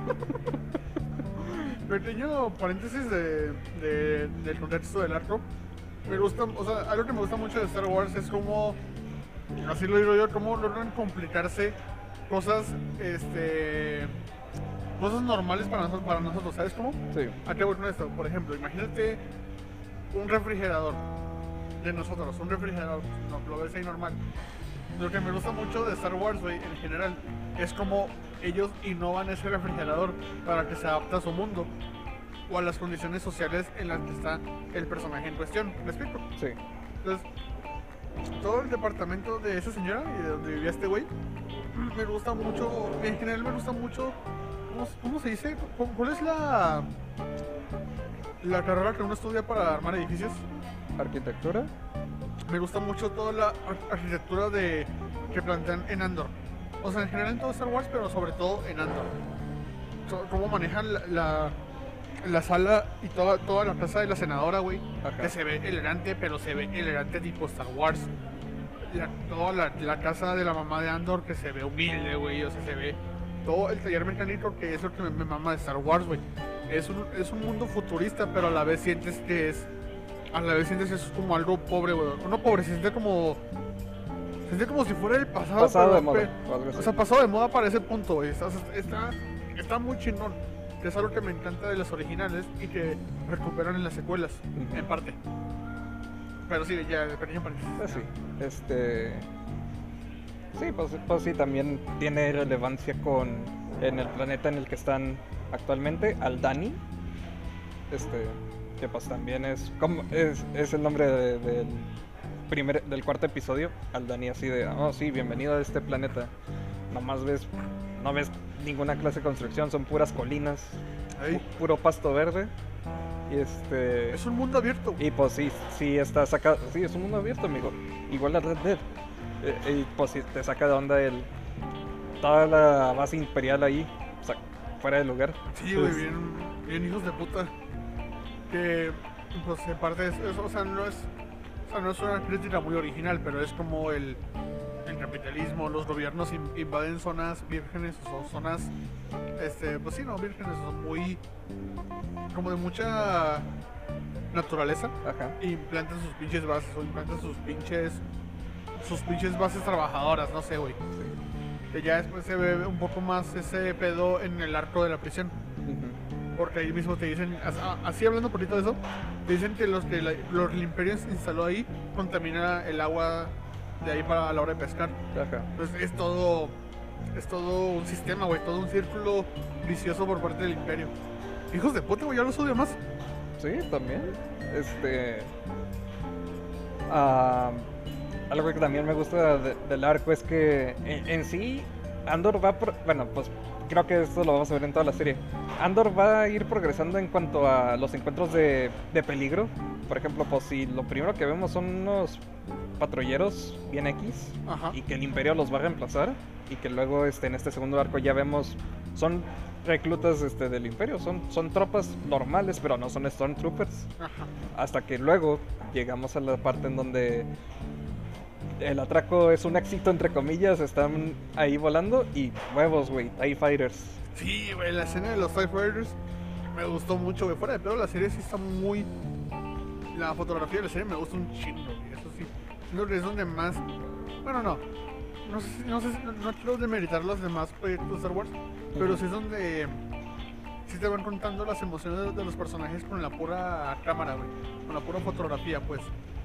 Pequeño paréntesis del contexto del arco. Me gusta, o sea, algo que me gusta mucho de Star Wars es como, así lo digo yo, cómo logran complicarse cosas, cosas normales para nosotros, ¿sabes cómo? Sí, ¿A qué voy con esto? Por ejemplo, imagínate un refrigerador de nosotros, un refrigerador, no, lo ves ahí normal. Lo que me gusta mucho de Star Wars, güey, en general, es como ellos innovan ese refrigerador para que se adapte a su mundo o a las condiciones sociales en las que está el personaje en cuestión. ¿Me explico? sí. Entonces, todo el departamento de esa señora y de donde vivía este güey, me gusta mucho, en general me gusta mucho, ¿cómo se dice? ¿Cuál es la carrera que uno estudia para armar edificios? Arquitectura. Me gusta mucho toda la arquitectura que plantean en Andor. O sea, en general en todo Star Wars, pero sobre todo en Andor. Cómo manejan la sala y toda la casa de la senadora, güey. Ajá. Que se ve elegante, pero se ve elegante tipo Star Wars. Toda la casa de la mamá de Andor que se ve humilde, güey. O sea, se ve todo el taller mecánico, que es lo que me mama de Star Wars, güey. Es un mundo futurista, pero a la vez sientes que es como algo pobre, güey. No pobre, se siente como si fuera el pasado. Pasado pero- de moda, pe- o algo así. O sea, pasado de moda para ese punto, güey. Está muy chingón. Que es algo que me encanta de las originales y que recuperan en las secuelas, Ujú. en parte. Pero sí, ya, pequeño paréntesis. Ah, sí, sí, pues sí, también tiene relevancia en el planeta en el que están actualmente, Aldani, que pues también es el nombre del cuarto episodio, Aldani, así de, oh sí, bienvenido a este planeta, no ves ninguna clase de construcción, son puras colinas, Ahí. puro pasto verde, y Es un mundo abierto, güey. y pues sí está sacado, sí, es un mundo abierto, amigo. Igual a Red Dead. Y pues sí te saca de onda toda la base imperial ahí, o sea, fuera de lugar. Sí, güey, Entonces, bien hijos de puta. Que, pues, en parte o sea, no es. O sea, no es una crítica muy original, pero es como el capitalismo, los gobiernos invaden zonas vírgenes o zonas, pues sí, no, vírgenes, son muy, como de mucha naturaleza, Ajá. e implantan sus pinches bases, o implantan sus pinches bases trabajadoras, no sé, güey. Que ya después se ve un poco más ese pedo en el arco de la prisión. Ujú. Porque ahí mismo te dicen, así hablando un poquito de eso, te dicen que el imperio se instaló ahí contamina el agua de ahí para a la hora de pescar. Ajá. Entonces es todo un sistema, güey, todo un círculo vicioso por parte del imperio. Hijos de puta, güey, ya los odio más. Sí, también. Ah, algo que también me gusta del arco es que en sí Andor va por, bueno, pues creo que esto lo vamos a ver en toda la serie. Andor va a ir progresando en cuanto a los encuentros de peligro. Por ejemplo, pues si lo primero que vemos son unos patrulleros bien X, Ajá. y que el Imperio los va a reemplazar, y que luego en este segundo arco ya vemos son reclutas del Imperio, son tropas normales, pero no son Stormtroopers. Ajá. Hasta que luego llegamos a la parte en donde el atraco es un éxito, entre comillas, están ahí volando y huevos, güey, TIE Fighters. Sí, güey, la escena de los TIE Fighters me gustó mucho, güey. Fuera de pedo, la serie sí está muy... La fotografía de la serie me gusta un chingo, güey, eso sí. Siento que es donde más... Bueno, no quiero demeritar los demás proyectos de Star Wars, pero sí es donde... Sí te van contando las emociones de los personajes con la pura cámara, güey. Con la pura fotografía, pues.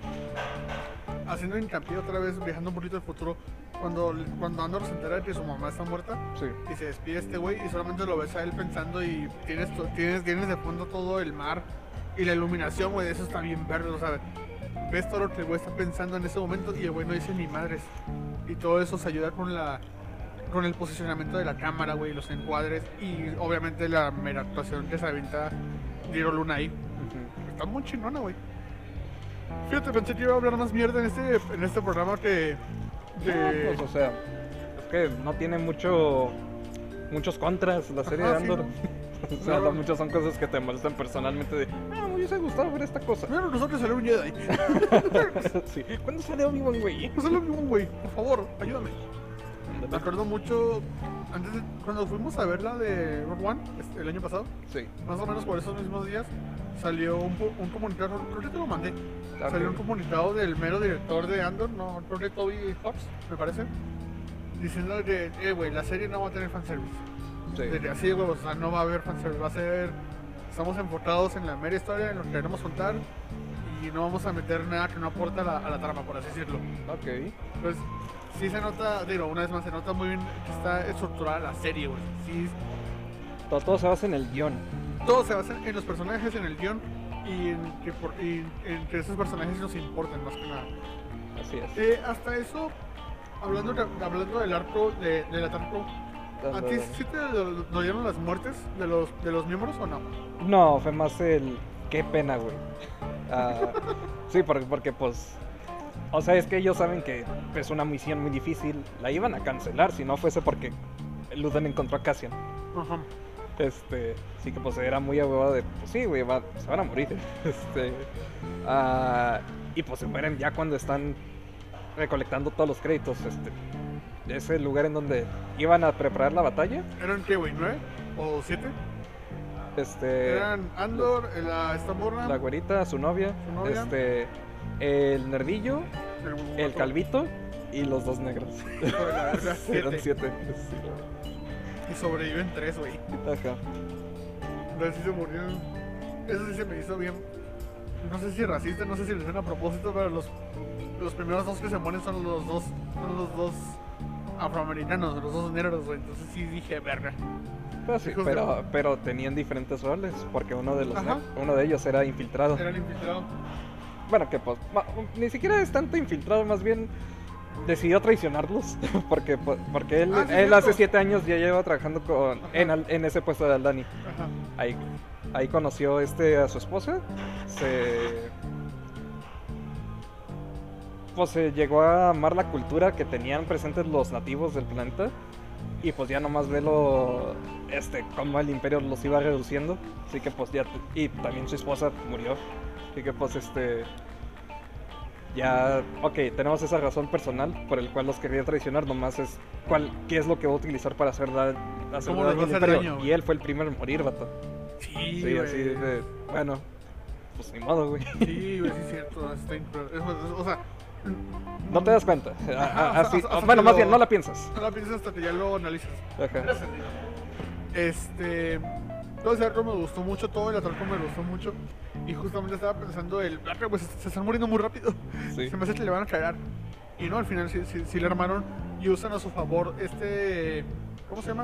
Haciendo hincapié otra vez, viajando un poquito al futuro, cuando Andor se entera de que su mamá está muerta, Sí. y se despide este güey y solamente lo ves a él pensando y tienes de fondo todo el mar y la iluminación, güey, eso está bien verde, o sea, ves todo lo que el güey está pensando en ese momento y el güey no dice ni madres. Y todo eso se ayuda con el posicionamiento de la cámara, güey, los encuadres y obviamente la mera actuación que se avienta Diego Luna ahí. Ujú. Está muy chingona, güey. Fíjate, pensé que iba a hablar más mierda en este programa que... No, pues, o sea, es que no tiene muchos contras la serie Ajá, de sí. Andor. O sea, No. muchas son cosas que te molestan personalmente de, me hubiese gustado ver esta cosa. Mira, nosotros salió un Jedi. Sí. ¿Cuándo sale Obi-Wan, güey? No salió un güey, por favor, ayúdame. Me acuerdo mucho, cuando fuimos a ver la de Rogue One, el año pasado, Sí. más o menos por esos mismos días, salió un comunicado, creo que te lo mandé. Ok. Salió un comunicado del mero director de Andor, no, creo que Toby Fox, me parece, diciendo que, güey, la serie no va a tener fanservice. Sí. De que así, güey, o sea, no va a haber fanservice, va a ser, estamos enfocados en la mera historia, en lo que queremos contar, y no vamos a meter nada que no aporte a la trama, por así decirlo. Ok. Pues sí se nota, digo, una vez más, se nota muy bien que está estructurada la serie, güey. Sí, Todo se basa en el guión. todo se basa en los personajes, en el guión y en que esos personajes nos importen más que nada. Así es. Hasta eso, hablando del arco del atraco, ¿a ti sí te dolieron las muertes de los miembros o no? No, fue más el... Qué pena, güey. Ah, sí, porque pues... O sea, es que ellos saben que es una misión muy difícil. La iban a cancelar si no fuese porque Luthen encontró a Cassian. Ajá. Sí que pues era muy abogado de... Pues sí, güey, se van a morir. Y pues se mueren ya cuando están recolectando todos los créditos. Ese lugar en donde iban a preparar la batalla. ¿Eran qué, güey? ¿9 o 7? Eran Andor, esta morra, la güerita, su novia, Su novia. el nerdillo, el otro. calvito y los dos negros. Hijo de la verga, Eran 7. 7. Y sobreviven 3, güey. Ajá. Pero sí se murieron. Eso sí se me hizo bien. No sé si racista, no sé si lo hicieron a propósito, pero los primeros dos que se mueren son los dos afroamericanos, los dos negros, güey. Entonces sí dije, verga. Pues sí, Hijos de- pero tenían diferentes roles, porque uno de Ajá. ellos era infiltrado. Eran infiltrados. Bueno, que pues ni siquiera es tanto infiltrado, más bien decidió traicionarlos, porque él, Ah, sí, él cierto. hace 7 años ya lleva trabajando en ese puesto de Aldani. Ajá. Ahí conoció a su esposa, pues se llegó a amar la cultura que tenían presentes los nativos del planeta, y pues ya nomás ve cómo el imperio los iba reduciendo, así que pues y también su esposa murió, así que pues ya, ok, tenemos esa razón personal por el cual los quería traicionar, nomás es qué es lo que va a utilizar para hacer ¿Cómo daño les al va a hacer imperio. daño, güey? Y él fue el primero en morir, vato. Sí, Sí, güey. así de, bueno, pues ni modo, güey. Sí, güey, sí es cierto. Está o sea, No te das cuenta. Ajá, Así, hasta bueno, que más lo- bien, no la piensas. no la piensas hasta que ya lo analizas. Ajá. Todo ese arco me gustó mucho, todo el arco me gustó mucho. Y justamente estaba pensando, pues se están muriendo muy rápido. Sí. Se me hace que le van a cagar. Y no, al final sí le armaron y usan a su favor ¿cómo se llama?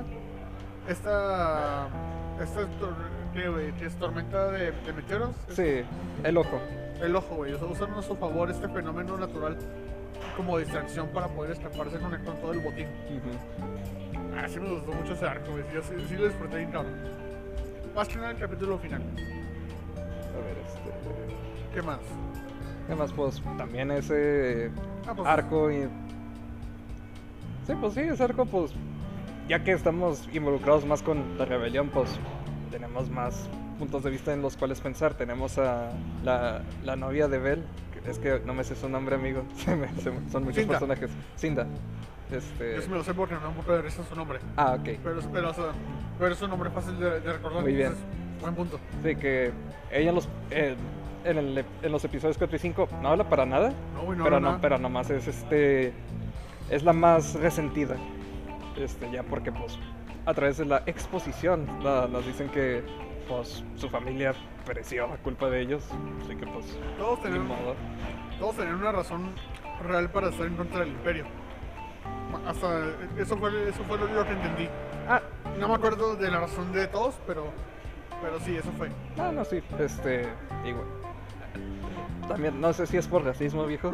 ¿Qué, güey? ¿Qué es tormenta de meteoros? Sí, el ojo. El ojo, güey. O sea, usan a su favor este fenómeno natural como distracción para poder escaparse con todo el botín. Ujú. Ah, sí me gustó mucho ese arco, güey. Yo sí lo disfruté bien, cabrón. Más que nada el capítulo final. A ver, ¿Qué más? ¿qué más? Pues también ese Pues, arco y... Sí, pues sí, ese arco, pues... Ya que estamos involucrados más con la rebelión, pues... Tenemos más puntos de vista en los cuales pensar. Tenemos a la novia de Bell. Es que no me sé su nombre, amigo. Son muchos Cinda. personajes. Cinda. Yo sí me lo sé porque no me puedo risa su nombre. Ah, ok. Pero es un nombre fácil de recordar. Muy bien. Entonces, buen punto. Sí, que ella en los episodios 4 y 5 no habla para nada. No, güey, no, pero no, pero nomás es es la más resentida. Ya porque pues a través de la exposición nos dicen que pues su familia pereció a culpa de ellos. Así que pues Todos ni tenían, modo. todos tenían una razón real para estar en contra del imperio. Hasta eso fue lo único que entendí. Ah, No me acuerdo de la razón de todos, pero sí, eso fue. no, sí, digo, también no sé si es por racismo, viejo.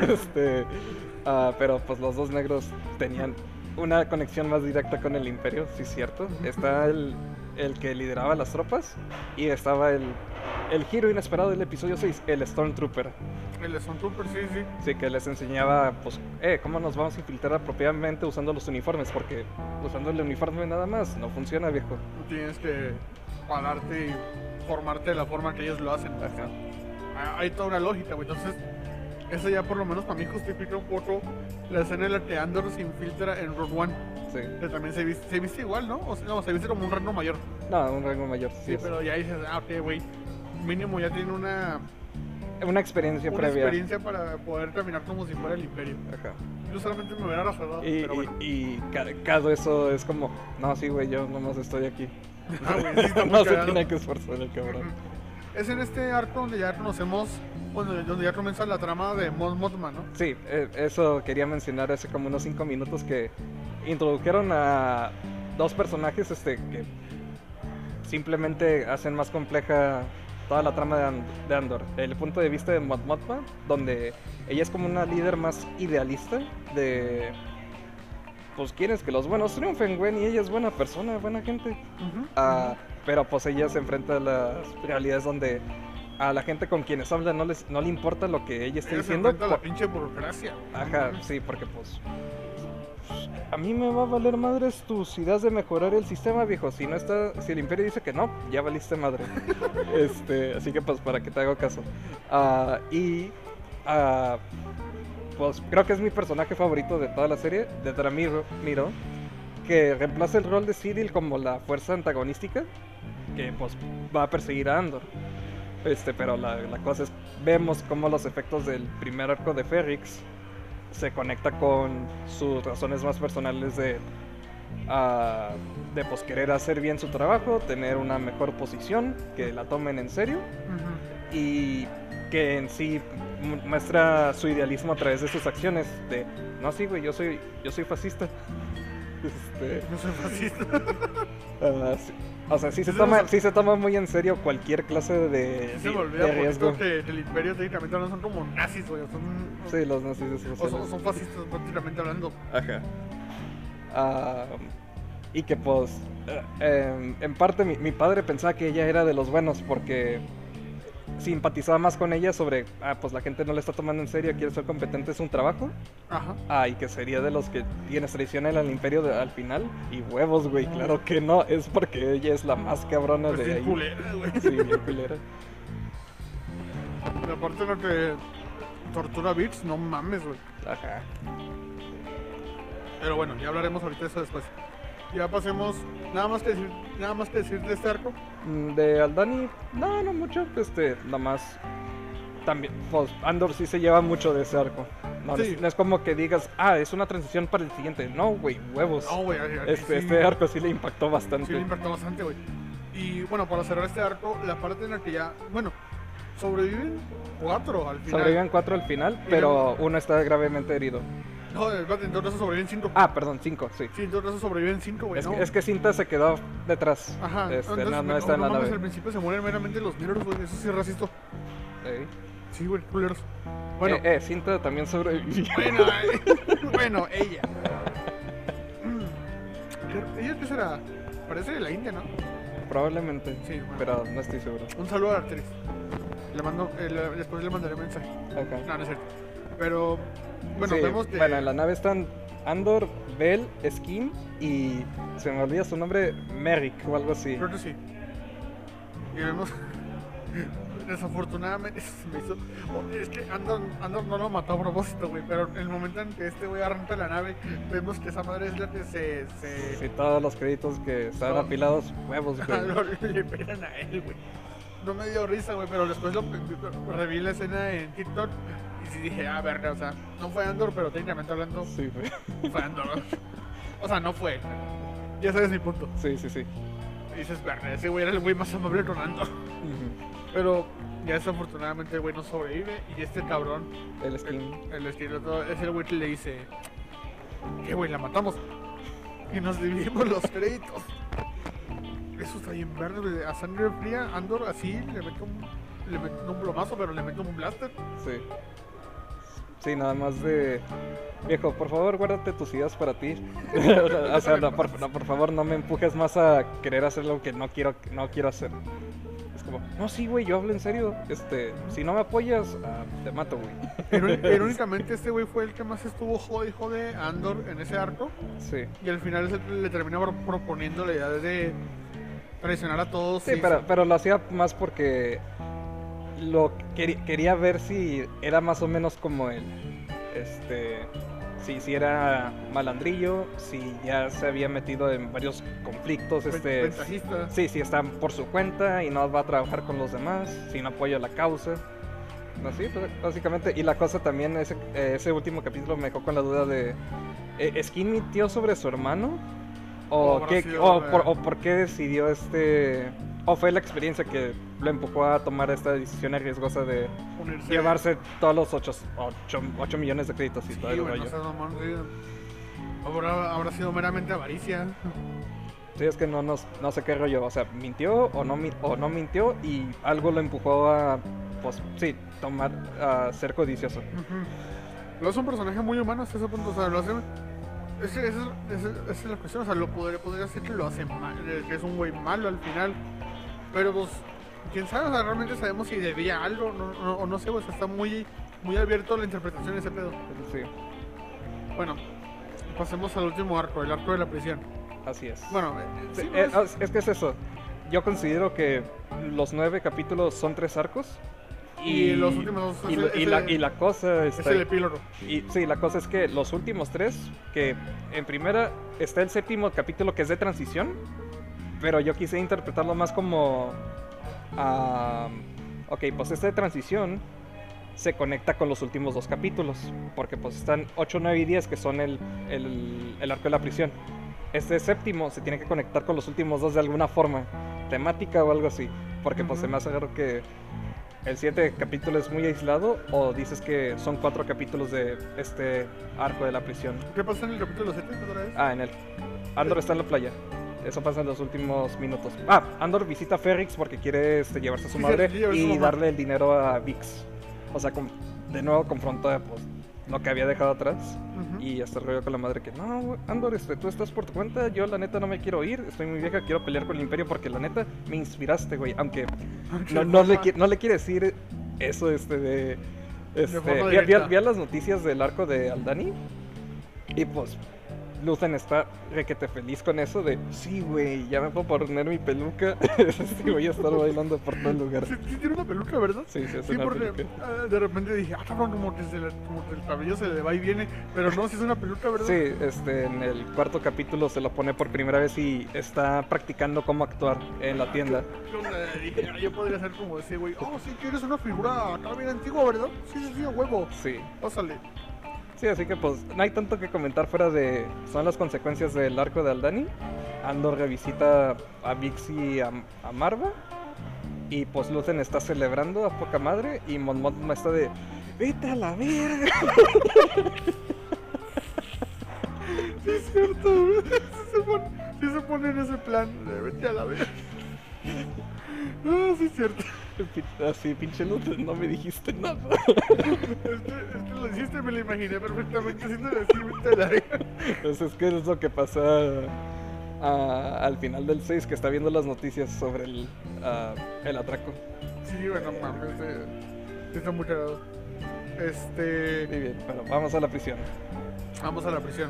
Pero pues los dos negros tenían una conexión más directa con el imperio, sí, cierto. Está el que lideraba las tropas y estaba el giro inesperado del episodio 6, el Stormtrooper. El Stormtrooper, sí, sí. Sí, que les enseñaba, pues, cómo nos vamos a infiltrar apropiadamente usando los uniformes, porque usando el uniforme nada más no funciona, viejo. Tú tienes que pararte y formarte de la forma que ellos lo hacen. Ajá. Hay toda una lógica, güey. Entonces, eso ya por lo menos para mí justifica un poco la escena en la que Andor se infiltra en Rogue One. Sí. Que también se viste igual, ¿no? O sea, no, se viste como un reino mayor. No, un rango mayor, sí. Sí, pero ya dices, ok, güey. Mínimo ya tiene una experiencia previa. experiencia para poder caminar como si fuera el imperio. Ajá. Yo solamente me hubiera razonado, pero bueno. Y cada eso es como, no, sí, güey, yo nomás estoy aquí. Ah, güey, sí está muy No se cagado. tiene que esforzar el cabrón. Es en este arco donde ya conocemos, bueno, donde ya comienza la trama de Mon Mothma, ¿no? Sí, eso quería mencionar hace como unos 5 minutos que introdujeron a dos personajes que simplemente hacen más compleja toda la trama de Andor. El punto de vista de Mon Mothma, donde ella es como una líder más idealista de... Pues quieres que los buenos triunfen, güey, y ella es buena persona, buena gente. Ujú. Pero pues ella se enfrenta a las realidades donde a la gente con quienes habla no le importa lo que ella esté Ella se diciendo. enfrenta a la pinche burocracia. Ajá, sí, porque pues a mí me va a valer madres tus ideas de mejorar el sistema, viejo. Si el imperio dice que no, ya valiste madre. Así que pues para que te hago caso. Pues creo que es mi personaje favorito de toda la serie, de Dramiro, que reemplaza el rol de Cyril como la fuerza antagonística, que pues va a perseguir a Andor. Pero la cosa es, vemos cómo los efectos del primer arco de Ferrix se conecta con sus razones más personales de pues querer hacer bien su trabajo, tener una mejor posición, que la tomen en serio, Ujú. y que en sí muestra su idealismo a través de sus acciones de, no, sí, güey, yo soy fascista. No soy fascista. Sí. O sea, sí Eso se toma muy en serio cualquier clase Se me olvida de un riesgo. poquito que el imperio técnicamente no son como nazis, güey. Sí, los nazis Son fascistas prácticamente hablando. Ajá. Y que pues en parte mi padre pensaba que ella era de los buenos porque simpatizaba más con ella sobre, pues la gente no le está tomando en serio, quiere ser competente, es un trabajo. Ajá. Y que sería de los que tienes traición al imperio al final. Y huevos, güey, claro que no, es porque ella es la más cabrona Pues de bien ahí. culera, güey. Sí, bien culera. Aparte lo que Tortura Beats, no mames, güey. Ajá. Pero bueno, ya hablaremos ahorita de eso después. Ya pasemos, nada más que decir de este arco. De Aldani, no mucho, nada más. También, pues, Andor sí se lleva mucho de ese arco. No, Sí. no es como que digas, es una transición para el siguiente. No, güey, huevos. No, güey, Este arco sí le impactó bastante. sí le impactó bastante, güey. Y bueno, para cerrar este arco, la parte en la que ya, bueno, sobreviven 4 al final. Sobreviven 4 al final, pero uno está gravemente herido. No, en todo caso sobreviven 5. Perdón, 5, sí. Sí, en todo caso sobreviven 5, güey. Es que Cinta se quedó detrás. Ajá, No está en la mames, nave. al principio se mueren meramente los mirrors, güey. Eso sí es racista. Ey. Sí, güey, culeros. Bueno, Cinta también sobrevivió. bueno, ella. ¿Ella qué será? Parece de la India, ¿no? Probablemente, Sí, bueno. pero no estoy seguro. Un saludo a Arteris. Después le mandaré mensaje. Acá. No, no es cierto. Pero, bueno, Sí, vemos que... Bueno, en la nave están Andor, Bell, Skin y se me olvida su nombre, Merrick o algo así. Creo que sí. Y vemos... Desafortunadamente, se me hizo... Es que Andor no lo mató a propósito, güey. Pero en el momento en que este güey arranca la nave, vemos que esa madre es la que se... Sí, todos los créditos que estaban Todo. apilados, huevos, güey. le pegan a él, güey. No me dio risa, güey, pero después reví la escena en TikTok y sí dije, verga, o sea, no fue Andor, pero técnicamente hablando, Sí, güey. fue Andor. O sea, no fue. Ya sabes mi punto. Sí. Y dices, verga, ese güey era el güey más amable con Andor. Ujú. Pero ya desafortunadamente el güey no sobrevive y este cabrón, El Skin. el estilo todo, es el güey que le dice, ¿qué güey? La matamos. Y nos dividimos los créditos. Eso está bien verde, güey. A sangre fría, Andor así le mete un plomazo, pero le mete un blaster. Sí. Sí, nada más de... Viejo, por favor, guárdate tus ideas para ti. O sea, por favor, no me empujes más a querer hacer lo que no quiero hacer. Es como, no, sí, güey, yo hablo en serio. Si no me apoyas, te mato, güey. Irónicamente, este güey fue el que más estuvo jode a Andor en ese arco. Sí. Y al final le termina proponiendo la idea de traicionar a todos. Sí, pero lo hacía más porque quería ver si era más o menos como él. Si era malandrillo, si ya se había metido en varios conflictos, Ventajista. sí, si está por su cuenta y no va a trabajar con los demás, si no apoya la causa. No, sí, pues, básicamente. Y la cosa también, ese último capítulo me dejó con la duda de ¿Skin mintió sobre su hermano? ¿O por qué decidió o fue la experiencia que lo empujó a tomar esta decisión arriesgosa de Unirse. llevarse todos los 8 millones de créditos y Sí, todo el güey, rollo? no seas mamón, sí. Habrá sido meramente avaricia. Sí, es que no sé qué rollo, o sea, mintió o no mintió y algo lo empujó a, pues sí, a ser codicioso. Lo es un personaje muy humano hasta ese punto, o sea, lo hace... Esa es la cuestión, o sea, podría ser que lo hace mal, que es un güey malo al final. Pero pues, quién sabe, o sea, realmente sabemos si debía algo, o no sé, o sea, está muy abierto a la interpretación de ese pedo. Sí, Bueno, pasemos al último arco, el arco de la prisión. así es. Bueno, Sí, sí, es que es eso. Yo considero que los 9 capítulos son 3 arcos. Y los últimos dos y la cosa es está... el epílogo. Y sí, la cosa es que los últimos 3, que en primera está el 7º capítulo que es de transición, pero yo quise interpretarlo más como... ok, pues esta de transición se conecta con los últimos 2 capítulos, porque pues están 8, 9 y 10 que son el arco de la prisión. Este 7º se tiene que conectar con los últimos 2 de alguna forma, temática o algo así, porque pues se me hace raro que el 7 capítulo es muy aislado, o dices que son 4 capítulos de este arco de la prisión. ¿Qué pasa en el capítulo 7 otra vez? En el... Andor está en la playa. Eso pasa en los últimos minutos. Andor visita a Ferrix porque quiere llevarse a su madre llevarse a su y mamá. darle el dinero a Vix. O sea, de nuevo confronta pues, lo que había dejado atrás. Y hasta el rollo con la madre que, no, Andor, tú estás por tu cuenta, yo la neta no me quiero ir, estoy muy vieja, quiero pelear con el Imperio porque la neta me inspiraste, güey. Aunque no le quiere decir eso, forma vi directa. las noticias del arco de Aldani y pues Luthen está requete feliz con eso de, sí, güey, ya me puedo poner mi peluca. Sí, voy a estar bailando por todo el lugar. Sí, sí tiene una peluca, ¿verdad? Sí, sí, es Sí, una porque peluca. de repente dije, cabrón, como que el cabello se le va y viene. Pero no, sí es una peluca, ¿verdad? Sí, en el cuarto capítulo se lo pone por primera vez y está practicando cómo actuar en la tienda. Yo le dije, yo podría ser como ese güey. Oh, sí, quieres una figura acá bien antigua, ¿verdad? Sí, sí, sí, a huevo. Sí. Pásale. Sí, así que pues no hay tanto que comentar fuera de... Son las consecuencias del arco de Aldani. Andor revisita a Vix y a Marva. Y pues Luthen está celebrando a poca madre. Y Mon Mothma está de... ¡Vete a la verga! Sí, es cierto, güey. Sí se pone en ese plan. De vete a la verga. Ah, sí, es cierto. Así, pinche Luthen, no me dijiste nada. Es que lo hiciste, me lo imaginé perfectamente haciéndole así, vete a la verga. Entonces, ¿qué es lo que pasa al final del 6? Que está viendo las noticias sobre el atraco. Sí, bueno, mames, está muy cagado. Muy bien, bueno, vamos a la prisión. Vamos a la prisión.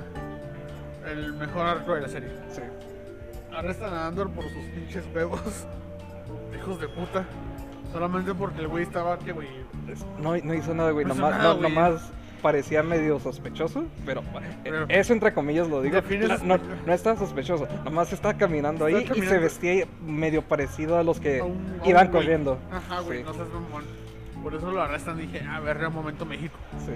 El mejor arco de la serie. Sí. Arrestan a Andor por sus pinches huevos. Hijos de puta. Solamente porque el güey estaba, ¿qué güey? No hizo nada, güey. No hizo Nomás, nada, güey. nomás parecía medio sospechoso, pero Pero- eso entre comillas lo digo. Define No estaba sospechoso, nomás estaba caminando ahí Estaba y se caminando. vestía medio parecido a los que A un iban güey. corriendo. Ajá, güey, Sí. no seas mamón. Por eso lo arrestan. Dije, a ver, un momento, México. Sí,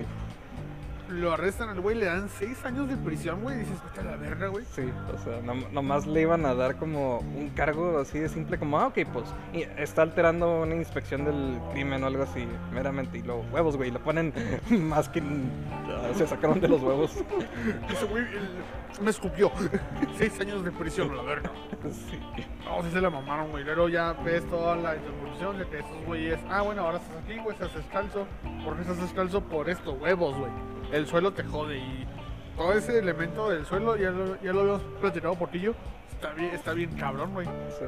Lo arrestan al güey, le dan 6 años de prisión, güey. Dices, vete a la verga, güey. sí, o sea, nomás le iban a dar como un cargo así de simple como, ok, pues está alterando una inspección del crimen o algo así, meramente. Y los huevos, güey, lo ponen más que se sacaron de los huevos. Ese güey me escupió. 6 años de prisión, a la verga. Sí. No, sí se la mamaron, güey. Luego ya ves toda la introducción de que esos güeyes. Ah, bueno, ahora estás aquí, güey, estás descalzo. ¿Por qué estás descalzo? Por estos huevos, güey. El suelo te jode y todo ese elemento del suelo, ya lo habíamos platicado poquillo. Está bien cabrón, güey. Sí.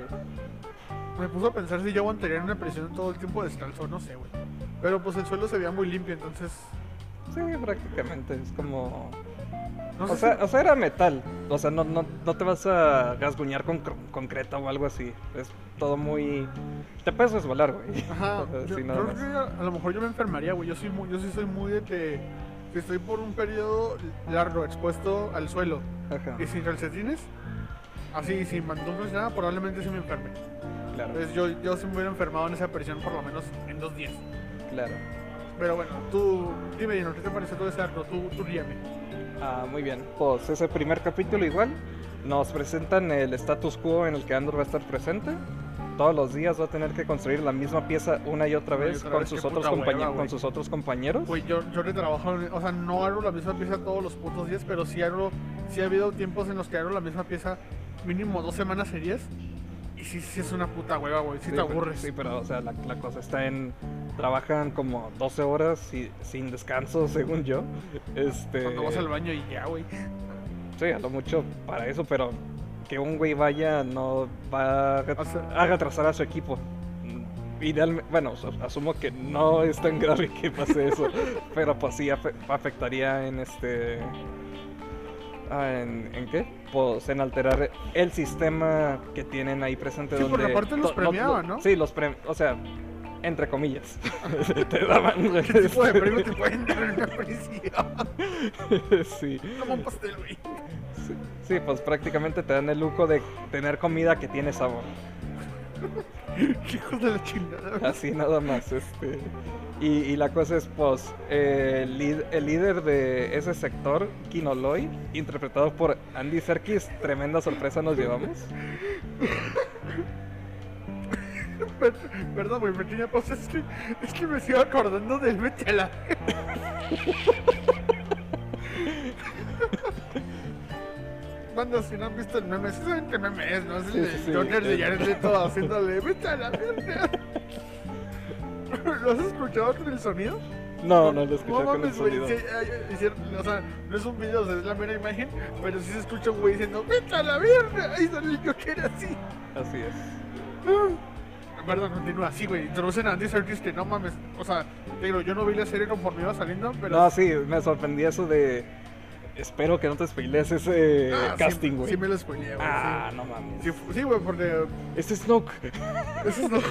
Me puso a pensar si yo aguantaría en una prisión todo el tiempo descalzo, no sé, güey. Pero pues el suelo se veía muy limpio, entonces. Sí, prácticamente, es como... No O sé sea, era metal, o sea, no te vas a rasguñar con concreto o algo así, es todo muy... Te puedes resbalar, güey. Ajá, yo Sí, nada creo más. que a lo mejor yo me enfermaría, güey. Yo sí soy muy de que si estoy por un periodo largo expuesto al suelo Ajá, y sin calcetines, así, sin pantuflas, nada, probablemente sí me enferme. claro, Entonces yo sí me hubiera enfermado en esa prisión por lo menos en 2 días. claro. Pero bueno, tú, dime, Dino, ¿qué te pareció todo ese arco? Tú guíame. Muy bien, pues ese primer capítulo igual, nos presentan el status quo en el que Andor va a estar presente. Todos los días va a tener que construir la misma pieza una y otra Una y vez otra con vez, sus qué otros puta hueva, güey. con sus otros compañeros. Güey, yo le trabajo, o sea, no hago la misma pieza todos los putos días, pero sí ha habido tiempos en los que hago la misma pieza mínimo 2 semanas seguidas. Y sí es una puta hueva, güey, sí te aburres. Sí, pero o sea, la cosa está en... Trabajan como 12 horas y, sin descanso, según yo. Cuando vas al baño y ya, güey. Sí, a lo mucho para eso, pero que un güey vaya no va O sea- a retrasar a su equipo. Idealmente, bueno, asumo que no es tan grave que pase eso, pero pues sí afectaría en ¿en qué? Pues en alterar el sistema que tienen ahí presente. Sí, donde porque aparte los premiaban, ¿no? Sí, o sea, entre comillas. Te daban... ¿Qué tipo de premio te pueden dar en una prisión? Sí. Como un pastel, güey. Sí, pues prácticamente te dan el lujo de tener comida que tiene sabor. Qué hijos de la chingada, güey. Así nada más, y la cosa es, pues, el líder de ese sector, Kinoloy, interpretado por Andy Serkis, tremenda sorpresa nos llevamos. Perdón, güey, pequeña pausa. Es que me sigo acordando del vete a la... Banda, si no han visto el meme, ¿sí saben qué meme es, no? Es el Sí, de sí, sí. Joker de Jared Leto haciéndole vete a la verga. ¿Lo has escuchado con el sonido? No lo escuché No con el mames, güey, sonido. sí, o sea, no es un video, o sea, es la mera imagen, pero sí se escucha un güey diciendo vete a la verga. Ahí sale el Joker así. Así es. Perdón, continúa así, güey. Introducen a Andy Serkis que no mames. O sea, te digo, yo no vi la serie conforme iba saliendo, pero. No, sí, me sorprendí eso de... espero que no te spoilees ese casting, sí, güey. sí me lo spoileé, güey. Ah, sí. no mames. Sí, güey, porque Es Snoke. eso es no.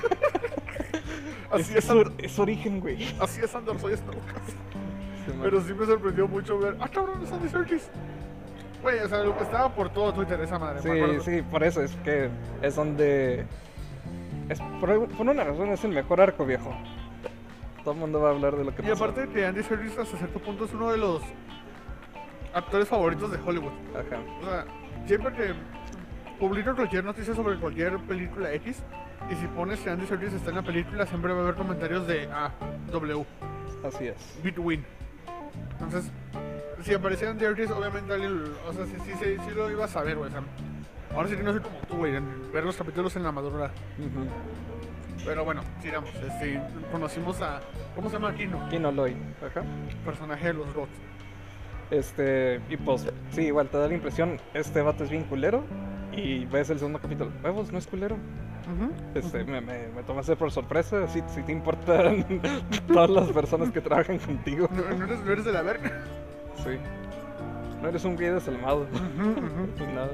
Así Es, es, Andor, es origen, güey. así es, Andor, soy Snoke. Sí, man. Pero sí me sorprendió mucho ver. ¡Ah, cabrón, es Andy Serkis! Güey, o sea, estaba por todo Twitter esa madre. me acuerdo. Sí, por eso es que es donde. Por una razón es el mejor arco, viejo. Todo el mundo va a hablar de lo que Y pasó. aparte que Andy Serkis hasta cierto punto es uno de los actores favoritos de Hollywood. Ajá. O sea, siempre que publico cualquier noticia sobre cualquier película X, y si pones que Andy Serkis está en la película, siempre va a haber comentarios de W, Así es. Between. Entonces, si aparecía Andy Serkis, obviamente alguien, o sea, sí lo iba a saber, güey. O sea, ahora sí que no soy como tú, güey, en ver los capítulos en la madrugada. Ujú. Pero bueno, sigamos. Conocimos a, ¿cómo se llama? Kino, Kino Loy. Ajá. personaje de los GOTS. Y pues, sí, igual te da la impresión, este vato es bien culero. Y ves el segundo capítulo, huevos, no es culero. Me tomaste por sorpresa, si te importan todas las personas que trabajan contigo. No eres de la verga. Sí. No eres un güey desalmado. Pues nada.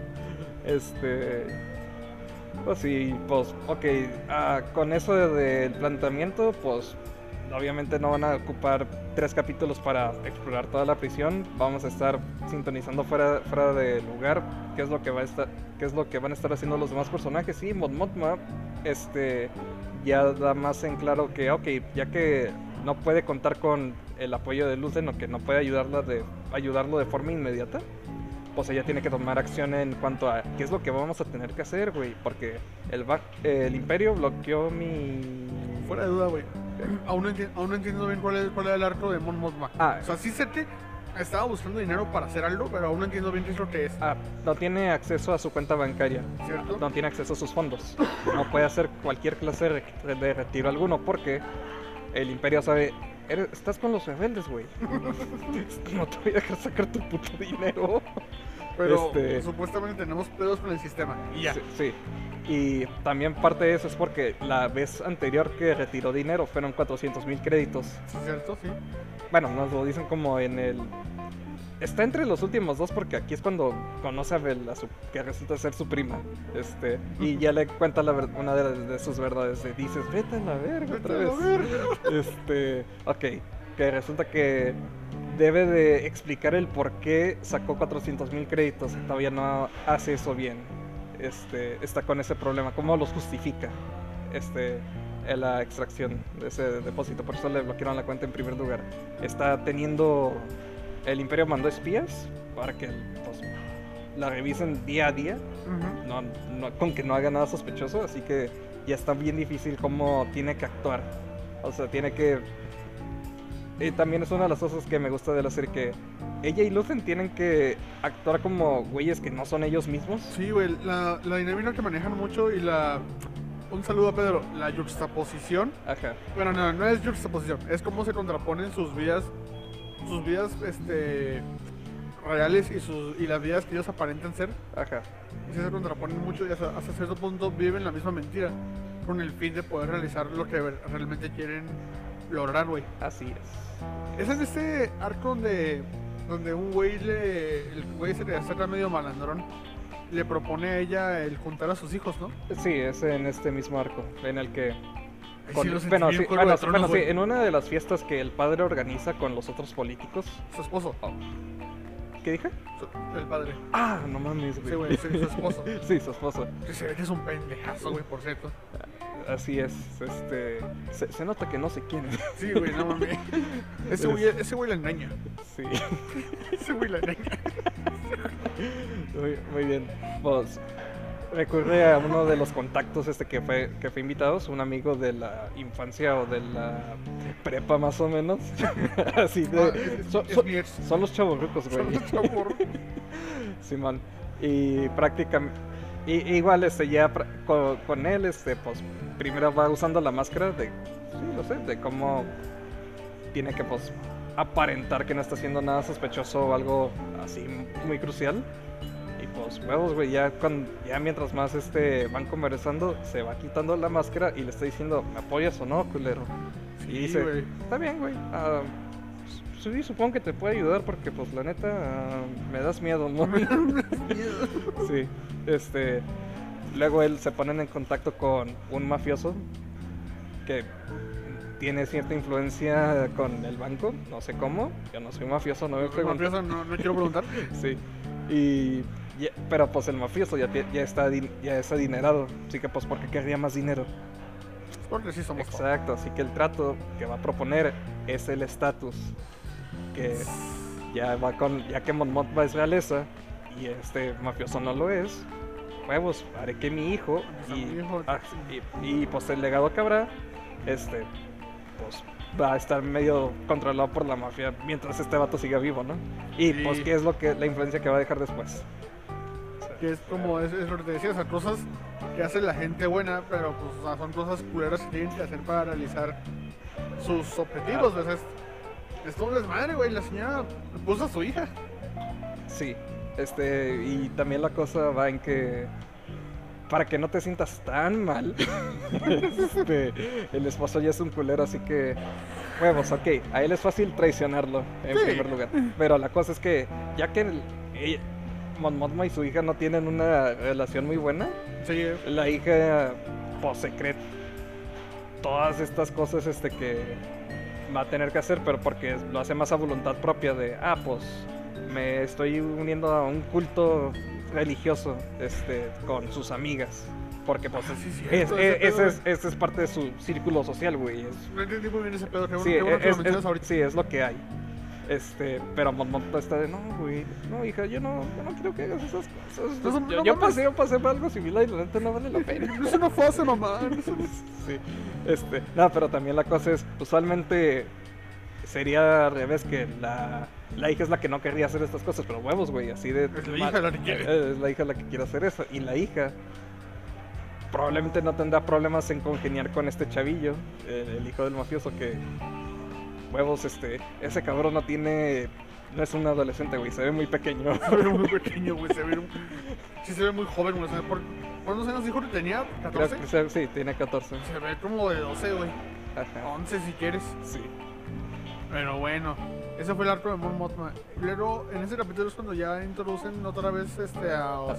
Pues sí, pues, ok. Con eso del planteamiento, pues, obviamente no van a ocupar 3 capítulos para explorar toda la prisión. Vamos a estar sintonizando fuera de lugar qué es lo que van a estar haciendo los demás personajes. Y Mon Mothma, ya da más en claro que, ok, ya que no puede contar con el apoyo de Luthen o que no puede ayudarlo de forma inmediata, pues ella tiene que tomar acción en cuanto a qué es lo que vamos a tener que hacer, güey, porque el Imperio bloqueó mi... Fuera de duda, güey. Aún no entiendo bien cuál era el arco de Mon Mothma. O sea, sí sé que estaba buscando dinero para hacer algo, pero aún no entiendo bien qué es lo que es. No tiene acceso a su cuenta bancaria. ¿Cierto? No tiene acceso a sus fondos. No puede hacer cualquier clase de retiro alguno porque el Imperio sabe... Estás con los rebeldes, güey. No te voy a dejar sacar tu puto dinero. Pero supuestamente tenemos pedos con el sistema. Y ya. Sí. Y también parte de eso es porque la vez anterior que retiró dinero fueron 400,000 créditos. ¿Sí, cierto? Sí. Bueno, nos lo dicen como en el... Está entre los últimos 2 porque aquí es cuando conoce a Bella, que resulta ser su prima. Y ya le cuenta una de sus verdades. Dices, vete a la verga otra vez. Ok, que resulta que debe de explicar el por qué sacó 400,000 créditos. Todavía no hace eso bien. Está con ese problema. ¿Cómo los justifica? En la extracción de ese depósito. Por eso le bloquearon la cuenta en primer lugar. Está teniendo... El Imperio mandó espías para que pues, la revisen día a día. Con que no haga nada sospechoso. Así que ya está bien difícil cómo tiene que actuar. O sea, tiene que... Y también es una de las cosas que me gusta de la serie, que ella y Luthen tienen que actuar como güeyes que no son ellos mismos. Sí, güey, la dinámica que manejan mucho y la... Un saludo a Pedro, la juxtaposición. Ajá. Bueno, no es juxtaposición, es cómo se contraponen sus vidas reales y las vidas que ellos aparentan ser. Ajá. Y se contraponen mucho y hasta cierto punto viven la misma mentira con el fin de poder realizar lo que realmente quieren lograr, güey. Así es. Es en este arco donde un güey el güey se le acerca medio malandrón, le propone a ella el juntar a sus hijos, ¿no? Sí, es en este mismo arco en el que... Sí, lo sentí bien Juego de Tronos, sí, en una de las fiestas que el padre organiza con los otros políticos. Su esposo. ¿Qué dije? El padre. Ah, no mames, güey. Sí, güey, su esposo. Sí, su esposo. Sí, se ve que es un pendejazo, güey, por cierto. Así es, se nota que no se quieren. Sí, güey, no mames. Ese güey la engaña. Sí. Ese güey la engaña. Muy bien. Pues recurre a uno de los contactos que fue invitado, un amigo de la infancia o de la prepa más o menos. Así de... son los chavorrucos, güey. Son los chavorrucos. Simón. Y prácticamente... igual ya con él, pues primero va usando la máscara de... Sí, lo sé, de cómo tiene que pues aparentar que no está haciendo nada sospechoso o algo así muy crucial. Y pues huevos, güey, ya mientras más van conversando, se va quitando la máscara y le está diciendo, ¿me apoyas o no, culero? Sí, y dice, güey. está bien, güey, sí, supongo que te puede ayudar porque, pues, la neta, me das miedo, ¿no? Sí, luego él se ponen en contacto con un mafioso que tiene cierta influencia con el banco, no sé cómo, yo no soy mafioso, no me pregunto. Mafioso, no quiero preguntar. Sí, pero pues el mafioso ya es adinerado, así que pues ¿por qué querría más dinero? Porque sí somos. Exacto, así que el trato que va a proponer es el estatus, que ya que Mon Mothma es realeza y este mafioso no lo es, huevos, haré que mi hijo y pues el legado que habrá, pues va a estar medio controlado por la mafia mientras este vato siga vivo, ¿no? Y Sí. pues qué es la influencia que va a dejar después. Que es como, es lo que te decía, o sea, cosas que hace la gente buena, pero pues o sea, son cosas culeras que tienen que hacer para realizar sus objetivos. O sea, es todo un desmadre, güey. La señora puso a su hija. Sí, y también la cosa va en que para que no te sientas tan mal, el esposo ya es un culero, así que huevos, ok, a él es fácil traicionarlo en Sí. primer lugar, pero la cosa es que ya que Mon Mothma y su hija no tienen una relación muy buena, Sí, la hija pues se cree todas estas cosas que va a tener que hacer, pero porque lo hace más a voluntad propia de, pues me estoy uniendo a un culto religioso con sus amigas, porque pues sí, cierto, ese es parte de su círculo social, güey. no entendí muy bien ese pedo. Qué Sí, bueno que lo mencionas ahorita. sí, es lo que hay. Pero Mon Mothma está de, no, güey, no, hija, yo no quiero que hagas esas cosas. No, Yo mames. pasé por algo similar y la neta no vale la pena. No es una fase, mamá. Sí, no, pero también la cosa es, usualmente sería al revés, que la hija es la que no querría hacer estas cosas, pero huevos, güey, así de... Es la hija la que quiere. Es la hija la que quiere hacer eso, y la hija probablemente no tendrá problemas en congeniar con este chavillo, el hijo del mafioso, que... Huevos, ese cabrón no es un adolescente, güey, se ve muy pequeño. Se ve muy pequeño, güey. Sí, se ve muy joven, güey. O sea, ¿cuántos años dijo que tenía? Creo ¿14? que sí, tiene 14. Se ve como de 12, güey. Ajá, 11 si quieres. sí. Pero bueno, ese fue el arco de Mon Mothma. Luego, en ese capítulo es cuando ya introducen otra vez a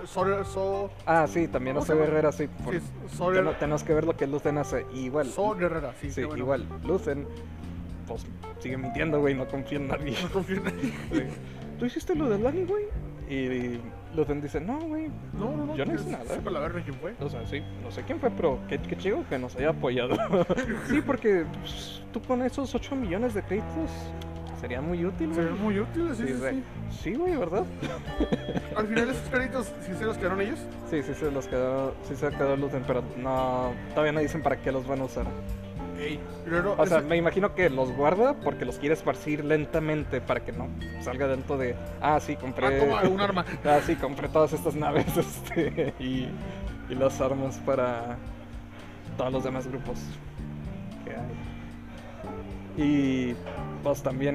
Sí, también ¿Cómo hace se llama? Guerrera, sí. Sí, Sor Tenemos que ver lo que Luthen hace. Y igual, Guerrera, sí, sí, qué bueno. igual, Luthen, pues sigue mintiendo, güey, no confía en nadie. No confío en nadie. Sí. ¿Tú hiciste lo del Lani, güey? Y Luthen dice, no, güey, No, yo no hice nada. Sepa la verga quién fue. O sea, sí, no sé quién fue, pero qué chido que nos haya apoyado. Sí, porque pues, tú con esos 8 millones de créditos sería muy útil, Se güey. ven muy útiles, sí, Sí, sí, sí. Sí, güey, ¿verdad? Al final esos créditos, ¿sí se los quedaron ellos? Sí, sí se quedó Luthen, pero no, todavía no dicen para qué los van a usar. Ey, luego, O sea, me imagino que los guarda porque los quiere esparcir lentamente para que no salga dentro de, sí, compré... toma un arma. Sí, compré todas estas naves y las armas para todos los demás grupos que hay. Y pues también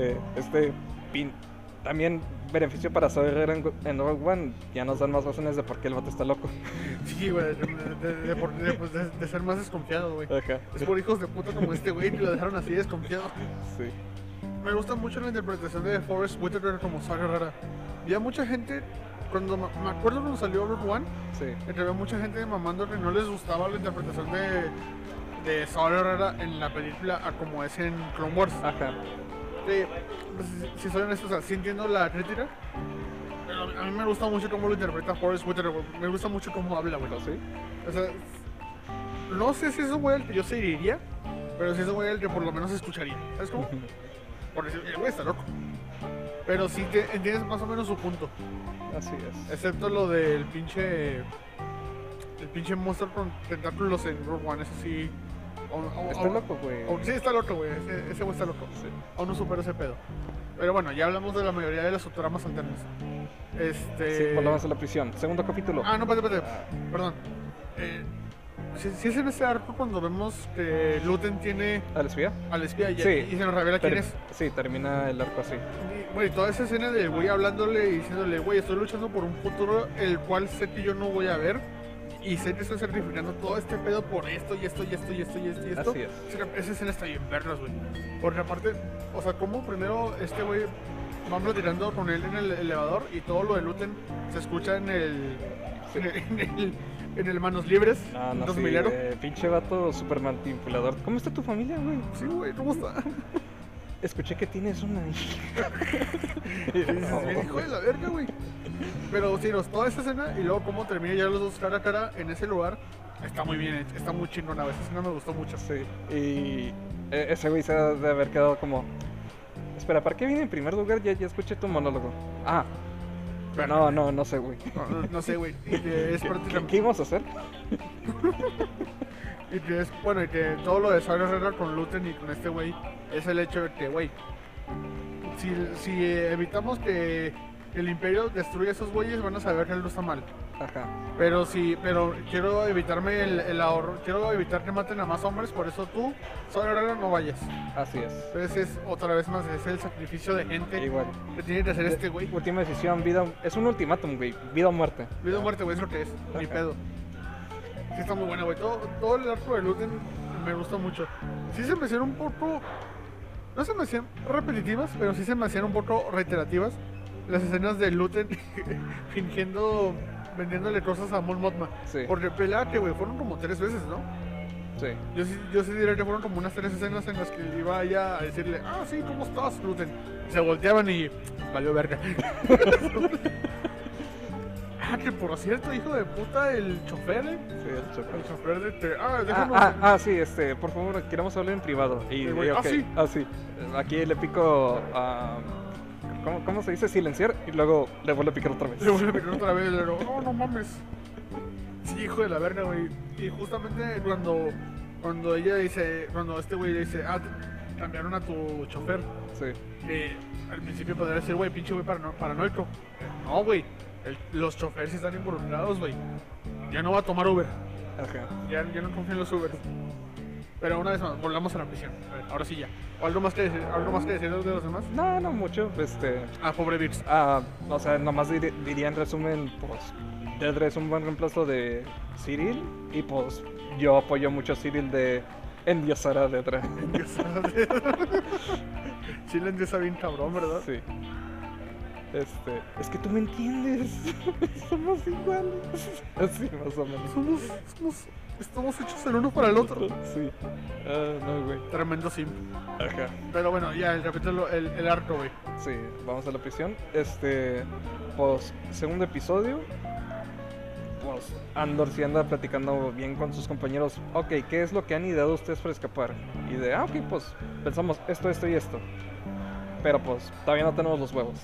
también beneficio para saber en Rogue One, ya nos dan más razones de por qué el vato está loco. Sí, güey, de ser más desconfiado, güey. Ajá. Es por hijos de puta como este güey que lo dejaron así desconfiado. Sí. Me gusta mucho la interpretación de Forrest Whitaker como Saga Rara. Vi a mucha gente, cuando me acuerdo cuando salió Rogue One, Sí. había mucha gente mamando que no les gustaba la interpretación de Saga Rara en la película a como es en Clone Wars. Ajá. Pues, si soy honesto, o sea, sí entiendo la crítica, pero a mí me gusta mucho cómo lo interpreta Forrest Whitaker, güey. Me gusta mucho cómo habla, güey. ¿Sí? O sea, no sé si es un güey al que yo seguiría, pero si es un güey al que por lo menos escucharía. ¿Sabes cómo? Por decir, el güey está loco. Pero sí entiendes más o menos su punto. Así es. Excepto lo del pinche. El pinche monstruo con tentáculos en Rogue One, eso sí. Está loco, güey. Sí, está loco, güey. Ese güey está loco. Sí. Aún no supero ese pedo. Pero bueno, ya hablamos de la mayoría de las subtramas alternas. Sí, volvamos a la prisión. Segundo capítulo. No, espérate. Perdón. Si es en ese arco cuando vemos que Luthen tiene ¿Al espía? al espía Sí. y se nos revela quién es. Sí, termina el arco así. Y, güey, toda esa escena del güey hablándole y diciéndole, güey, estoy luchando por un futuro el cual sé que yo no voy a ver. y Zed está sacrificando todo este pedo por esto y esto y esto y esto y esto y esto. Así es. Esa escena está bien verlas, güey. Porque aparte, o sea, como primero este güey va platicando con él en el elevador y todo lo de Luten se escucha en el en el Manos Libres, No, no, 2000ero. pinche vato super manipulador. ¿Cómo está tu familia, güey? Sí, güey, ¿cómo está? Escuché que tienes una hija. Y dices, bien hijo de la verga, güey. Pero sí, toda esa escena y luego cómo termina ya los dos cara a cara en ese lugar, está muy bien hecho, está muy chingona. Esa escena me gustó mucho. Sí, y ese güey se ha de haber quedado como... Espera, ¿para qué viene en primer lugar? Ya escuché tu monólogo. Ah, no sé, güey. No sé, güey. Y que es ¿Qué íbamos a hacer? Y que es, bueno, y que todo lo de Sawyer Herrera con Luten y con este güey es el hecho de que, güey, si evitamos que el Imperio destruya a esos güeyes, van a saber que él no está mal. Ajá. Pero quiero evitarme el ahorro, quiero evitar que maten a más hombres, por eso tú, Sawyer Herrera, no vayas. Así es. Entonces es otra vez más, es el sacrificio de gente Igual. que tiene que hacer este güey. Última decisión, vida... Es un ultimátum, güey. Vida o muerte. Vida o muerte, güey, es lo que es, ni Ajá. pedo. Sí está muy buena, güey. Todo el arco de Luten me gusta mucho. Sí se me hacían un poco... No se me hacían repetitivas, pero sí se me hacían un poco reiterativas. Las escenas de Luten fingiendo... vendiéndole cosas a Mon Mothma. Sí. Porque pelate, güey, fueron como 3 veces, ¿no? Sí. Yo sí diría que fueron como unas 3 escenas en las que iba ella a decirle, ah, sí, ¿cómo estás, Luten? Se volteaban y... valió verga. Ah, que por cierto, hijo de puta, el chofer, Sí, el chofer. El chofer de... déjame... Sí, por favor, queremos hablar en privado. Y, Sí, güey. ok, Sí. Aquí le pico a... ¿Cómo se dice? Silenciar y luego le vuelvo a picar otra vez. Le vuelve a picar otra vez y le digo, no mames. Sí, hijo de la verga, güey. Y justamente cuando ella dice, cuando este güey dice, cambiaron a tu chofer. Sí. Al principio podría decir, güey, pinche güey paranoico. No, güey. Los choferes están involucrados, güey. Ya no va a tomar Uber. Ajá. Ya no confío en los Uber. Pero una vez más, volvamos a la prisión. A ver, ahora sí ya. ¿Algo más que decir de los demás? No mucho. Pobre Vix. O sea, nomás diría en resumen, pues, Dedra es un buen reemplazo de Cyril. Y pues, yo apoyo mucho a Cyril de endiosar a Dedra. Sí le endiesa bien cabrón, ¿verdad? Sí. Es que tú me entiendes. Somos iguales. Así, más o menos. Estamos hechos el uno para el otro. Sí. No, güey. Tremendo simp. Ajá. Pero bueno, ya, el capítulo, el arco, güey. Sí, vamos a la prisión. Pues, segundo episodio. Pues, Andor sí anda platicando bien con sus compañeros. Ok, ¿qué es lo que han ideado ustedes para escapar? Y ok, pues, pensamos esto y esto. Pero pues, todavía no tenemos los huevos.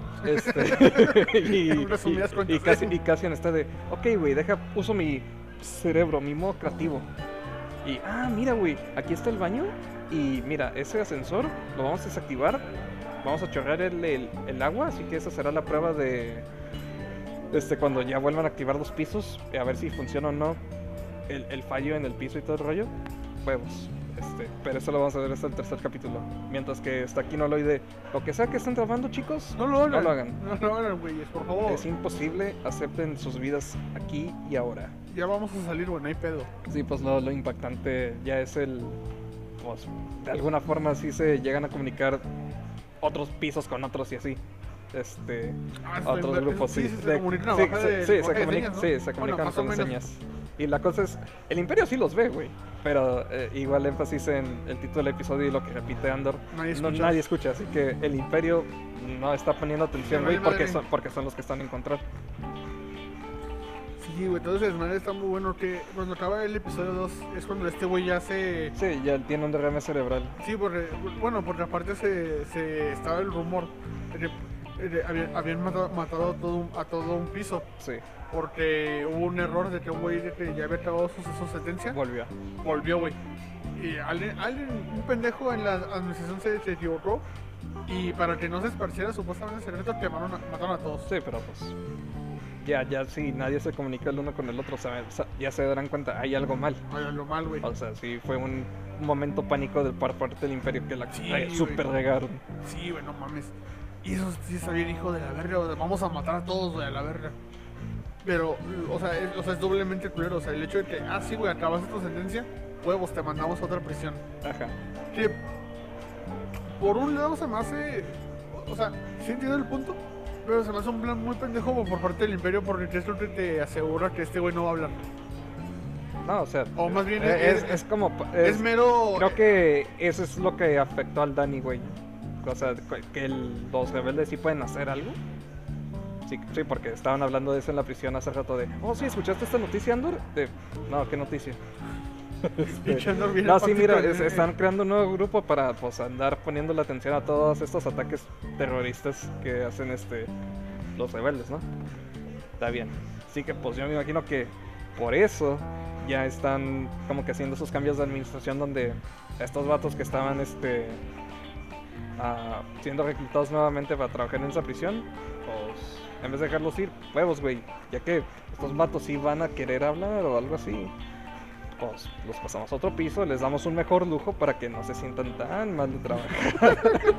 Y Cassian está de, ok, güey, uso mi cerebro, mi modo creativo. Y, mira, güey, aquí está el baño. Y mira, ese ascensor lo vamos a desactivar. Vamos a chorrear el agua. Así que esa será la prueba de cuando ya vuelvan a activar los pisos. A ver si funciona o no el fallo en el piso y todo el rollo. Huevos. Pero eso lo vamos a ver hasta el tercer capítulo. Mientras que está aquí no lo de lo que sea que estén trabajando, chicos, no lo hagan. No lo hagan, güeyes, por favor. Es imposible, acepten sus vidas aquí y ahora. Ya vamos a salir, güey, no hay pedo. Sí, pues lo impactante ya es pues, de alguna forma sí se llegan a comunicar otros pisos con otros y así. Otros grupos, sí. Se comunican se comunican con señas. Y la cosa es, el Imperio sí los ve, güey. Pero igual énfasis en el título del episodio y lo que repite Andor. Nadie escucha, así que el Imperio no está poniendo atención, güey, porque son los que están en control. Sí, güey, entonces madre está muy bueno que cuando acaba el episodio 2 es cuando este güey ya se... Sí, ya tiene un derrame cerebral. Sí, porque aparte se estaba el rumor habían matado a todo un piso. Sí. Porque hubo un error de que un güey que ya había acabado su sentencia. Volvió, güey. Y alguien, un pendejo en la administración se equivocó. Y para que no se esparciera supuestamente el secreto, mataron a todos. Sí, pero pues... Ya si nadie se comunica el uno con el otro, ya se darán cuenta, hay algo mal. Hay algo mal, güey. O sea, sí fue un momento pánico por parte del Imperio que la super regaron. Sí, güey, no mames. Y eso sí está bien, hijo de la verga, vamos a matar a todos, güey, a la verga. Pero, o sea, es doblemente culero. O sea, el hecho de que, sí, güey, acabaste tu sentencia, huevos, te mandamos a otra prisión. Ajá. Que, por un lado, se me hace. O sea, sí entiendo el punto, pero se me hace un plan muy pendejo por parte del Imperio, porque es lo que te asegura que este güey no va a hablar. No, o sea, O más bien es como... es mero. Creo que eso es lo que afectó al Danny, güey. O sea, que los rebeldes sí pueden hacer algo. Sí, sí, porque estaban hablando de eso en la prisión hace rato de... Oh, sí, ¿escuchaste esta noticia, Andor? No, ¿qué noticia? Pinche Andor bien No, sí, mira, apático, están creando un nuevo grupo para pues andar poniendo la atención a todos estos ataques terroristas que hacen los rebeldes, ¿no? Está bien. Así que pues yo me imagino que por eso ya están como que haciendo esos cambios de administración donde estos vatos que estaban siendo reclutados nuevamente para trabajar en esa prisión, pues en vez de dejarlos ir, huevos, güey, ya que estos vatos sí van a querer hablar o algo así, pues los pasamos a otro piso, les damos un mejor lujo para que no se sientan tan mal de trabajar.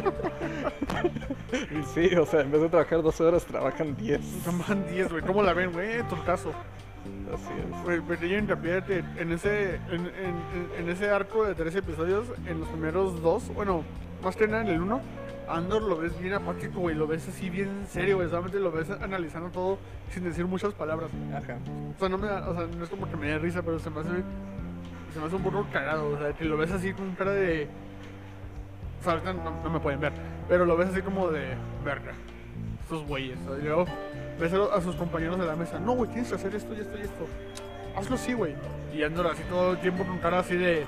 Y sí, o sea, en vez de trabajar 12 horas, trabajan 10. Toman 10, güey. ¿Cómo la ven, güey? Tortazo. Así es. Güey, pero yo hincapié que en ese arco de 3 episodios, en los primeros 2, bueno, más que nada en el 1, Andor lo ves bien apático, güey. Lo ves así bien serio, güey. Solamente lo ves analizando todo sin decir muchas palabras. Ajá. O sea, no es como que me dé risa, pero se me hace un poco cagado. O sea, que lo ves así con cara de. O sea, ahorita no me pueden ver, pero lo ves así como de verga. Estos güeyes. O sea, y luego ves a sus compañeros de la mesa. No, güey, tienes que hacer esto y esto y esto. Hazlo así, güey. Y Andor así todo el tiempo con cara así de.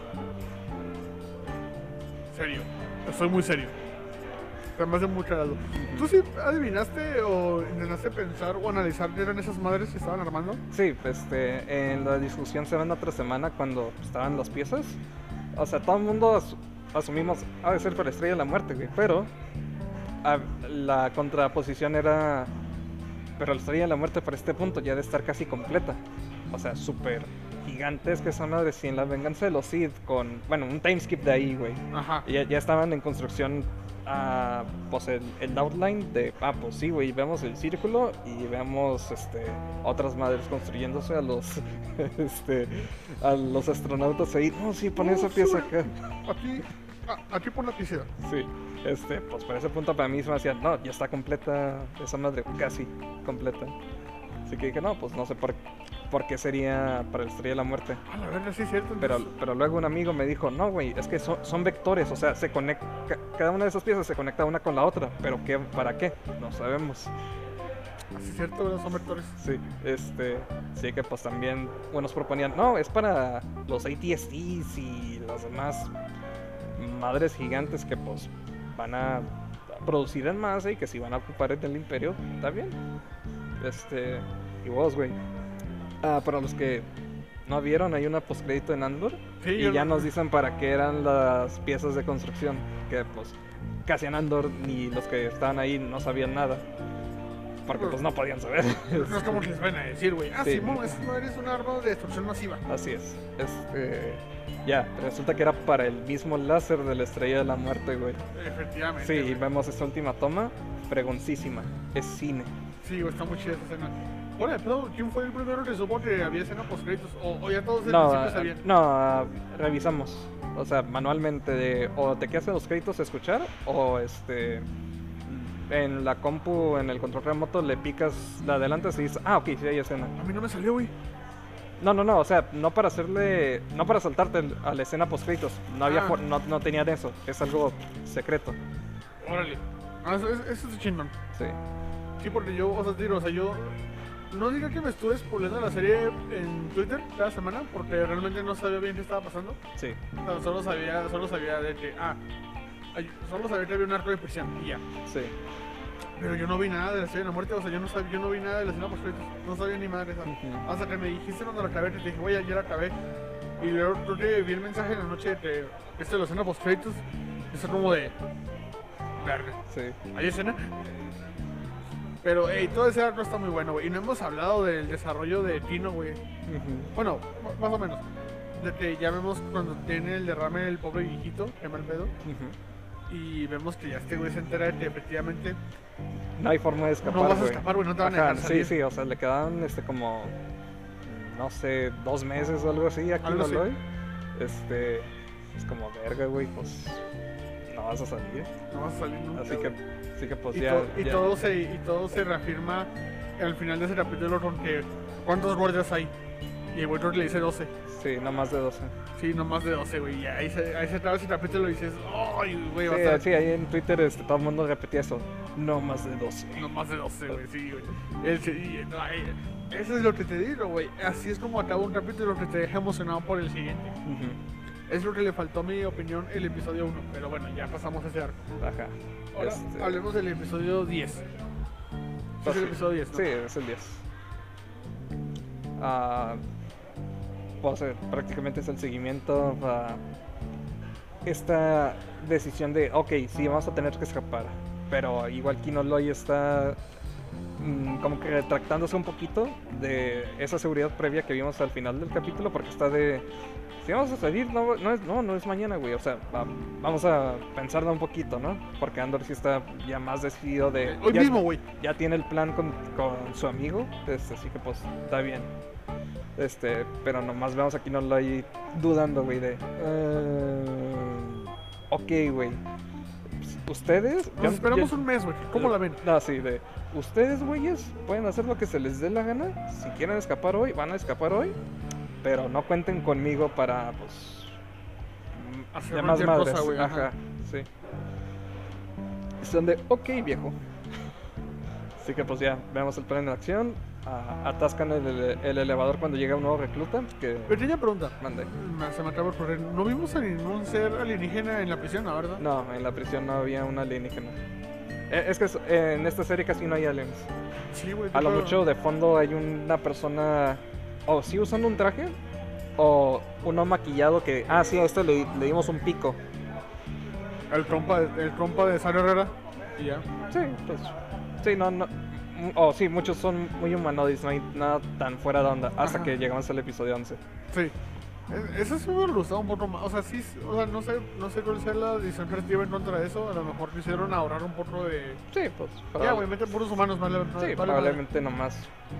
Serio. Estoy muy serio. Se me hace muy cagado. ¿Tú sí adivinaste o intentaste pensar o analizar qué eran esas madres que estaban armando? Sí, en la discusión se ven otra semana cuando estaban las piezas. O sea, todo el mundo asumimos, ha de ser para Estrella de la Muerte, güey. Pero la contraposición era, pero la Estrella de la Muerte para este punto ya de estar casi completa. O sea, súper gigantesca esa madre, sin la venganza de los Sith, con, bueno, un timeskip de ahí, güey. Ajá. Ya estaban en construcción, pues el outline de, pues sí, güey, vemos el círculo y vemos, otras madres construyéndose a los, a los astronautas ahí. No, sí, pon esa pieza acá. Aquí pon la pieza. Sí, pues para ese punto para mí se me hacía, no, ya está completa esa madre, casi completa. Así que dije, no, pues no sé por qué sería para la Estrella de la Muerte. La verdad sí es cierto. Pero luego un amigo me dijo, no, güey, es que son vectores, o sea, se conecta, cada una de esas piezas se conecta una con la otra, pero ¿para qué? No sabemos. Así es cierto, ¿verdad? Son vectores. Sí, sí que pues también unos proponían, no, es para los AT-STs y las demás madres gigantes que pues van a producir en masa y que si van a ocupar en el Imperio, está bien. Y vos, güey. Para los que no vieron, hay una postcrédito en Andor. Sí, y ya nos dicen para qué eran las piezas de construcción. Que pues casi en Andor ni los que estaban ahí no sabían nada. Porque pues no podían saber. No es como que les van a decir, güey. Sí. Simón, esa madre es un arma de destrucción masiva. Así es. Ya, resulta que era para el mismo láser de la Estrella de la Muerte, güey. Efectivamente. Sí, y güey. vemos esta última toma, fregoncísima. Es cine. Sí, güey, está muy chida esa escena. Bueno, pero ¿quién fue el primero que supo que había escena post-créditos? O ya todos desde el principio sabían. No, revisamos. O sea, manualmente, o te quedas en los créditos a escuchar, o en la compu, en el control remoto, le picas la adelante y dices, ok, sí hay escena. A mí no me salió, güey. No, o sea, no para saltarte a la escena post créditos, no tenían eso, es algo secreto. Órale. Eso es chingón. Sí. Sí, porque yo, yo no diría que me estuve spoileando la serie en Twitter cada semana, porque realmente no sabía bien qué estaba pasando. Sí. O sea, solo sabía de que, solo sabía que había un arco de prisión y ya. Sí. Pero yo no vi nada de la Estrella de la Muerte, o sea, yo no vi nada de la escena post créditos, no sabía ni madre esa. Hasta que me dijiste cuando la acabé, que te dije, güey, ya la acabé. Y luego creo que vi el mensaje en la noche de que de la escena post créditos, y eso como de verga. Sí. ¿Hay escena? Pero, todo ese arco está muy bueno, güey. Y no hemos hablado del desarrollo de Tino, güey. Bueno, más o menos. De que ya vemos cuando tiene el derrame el pobre viejito, que mal pedo. y vemos que ya este güey se entera de que efectivamente No hay forma de escapar, no vas a güey. escapar, güey, no te van a Ajá, dejar salir. sí, o sea, le quedaban como, no sé, 2 meses o algo así aquí en Algo así. Aloy. Es como verga, güey, pues no vas a salir. No vas a salir nunca. Así que pues y, ya, y ya- todo se reafirma al final de ese capítulo con que ¿cuántos guardias hay? Y el güey creo que le dice 12. sí, no más de 12. Sí, no más de 12, güey. Y ahí se acaba ese capítulo y dices, ¡ay, güey! Va a Sí, estar sí, ahí en Twitter todo el mundo repetía eso. No más de 12. no más de 12, güey, sí, güey. Eso es lo que te digo, güey. Así es como acaba un capítulo que te deja emocionado por el siguiente. Ujú. Es lo que le faltó a mi opinión el episodio 1. Pero bueno, ya pasamos a ese arco. Ajá. Ahora hablemos del episodio 10. Pues Es el sí, episodio 10, ¿no? Sí, es el 10. Ah, pues prácticamente es el seguimiento a esta decisión de, ok, sí, vamos a tener que escapar. Pero igual Kino Loy está como que retractándose un poquito de esa seguridad previa que vimos al final del capítulo, porque está de, si vamos a salir, no es mañana, güey. O sea, vamos a pensarlo un poquito, ¿no? Porque Andor sí está ya más decidido de... Hoy ya, mismo, güey. ya tiene el plan con su amigo, así que pues está bien. Pero nomás vemos aquí no lo hay dudando, güey, de... ok, güey. Ustedes... Nos esperamos un mes, güey. ¿Cómo la ven? No, sí, de... Ustedes, güeyes, pueden hacer lo que se les dé la gana. Si quieren escapar hoy, van a escapar hoy. Pero no cuenten conmigo para, pues... Hacer de más cualquier madres. cosa, güey, ajá. Ajá, sí. Y son de, ok, viejo. Así que pues ya, vemos el plan en acción. Atascan el elevador cuando llega un nuevo recluta. Que Pequeña pregunta. mande. Se me acaba de ocurrir. ¿No vimos a ningún ser alienígena en la prisión, la verdad? No, en la prisión no había un alienígena. Es que en esta serie casi no hay aliens. Sí, güey. A lo pero- mucho de fondo hay una persona o sí usando un traje o uno maquillado que... Ah, sí, a este le dimos un pico. El compa de Sara Herrera. Y ya. Sí, pues... Sí, no... Oh, sí, muchos son muy humanoides, no hay nada tan fuera de onda hasta Ajá. que llegamos al episodio 11. Sí. Eso sí me hubiera gustado un poco más. O sea, sí, o sea, no sé cuál sea la decisión creativa en contra de eso. A lo mejor quisieron ahorrar un poco de. Sí, pues... Ya, güey, meten puros humanos, vale. Sí, vale, probablemente nomás.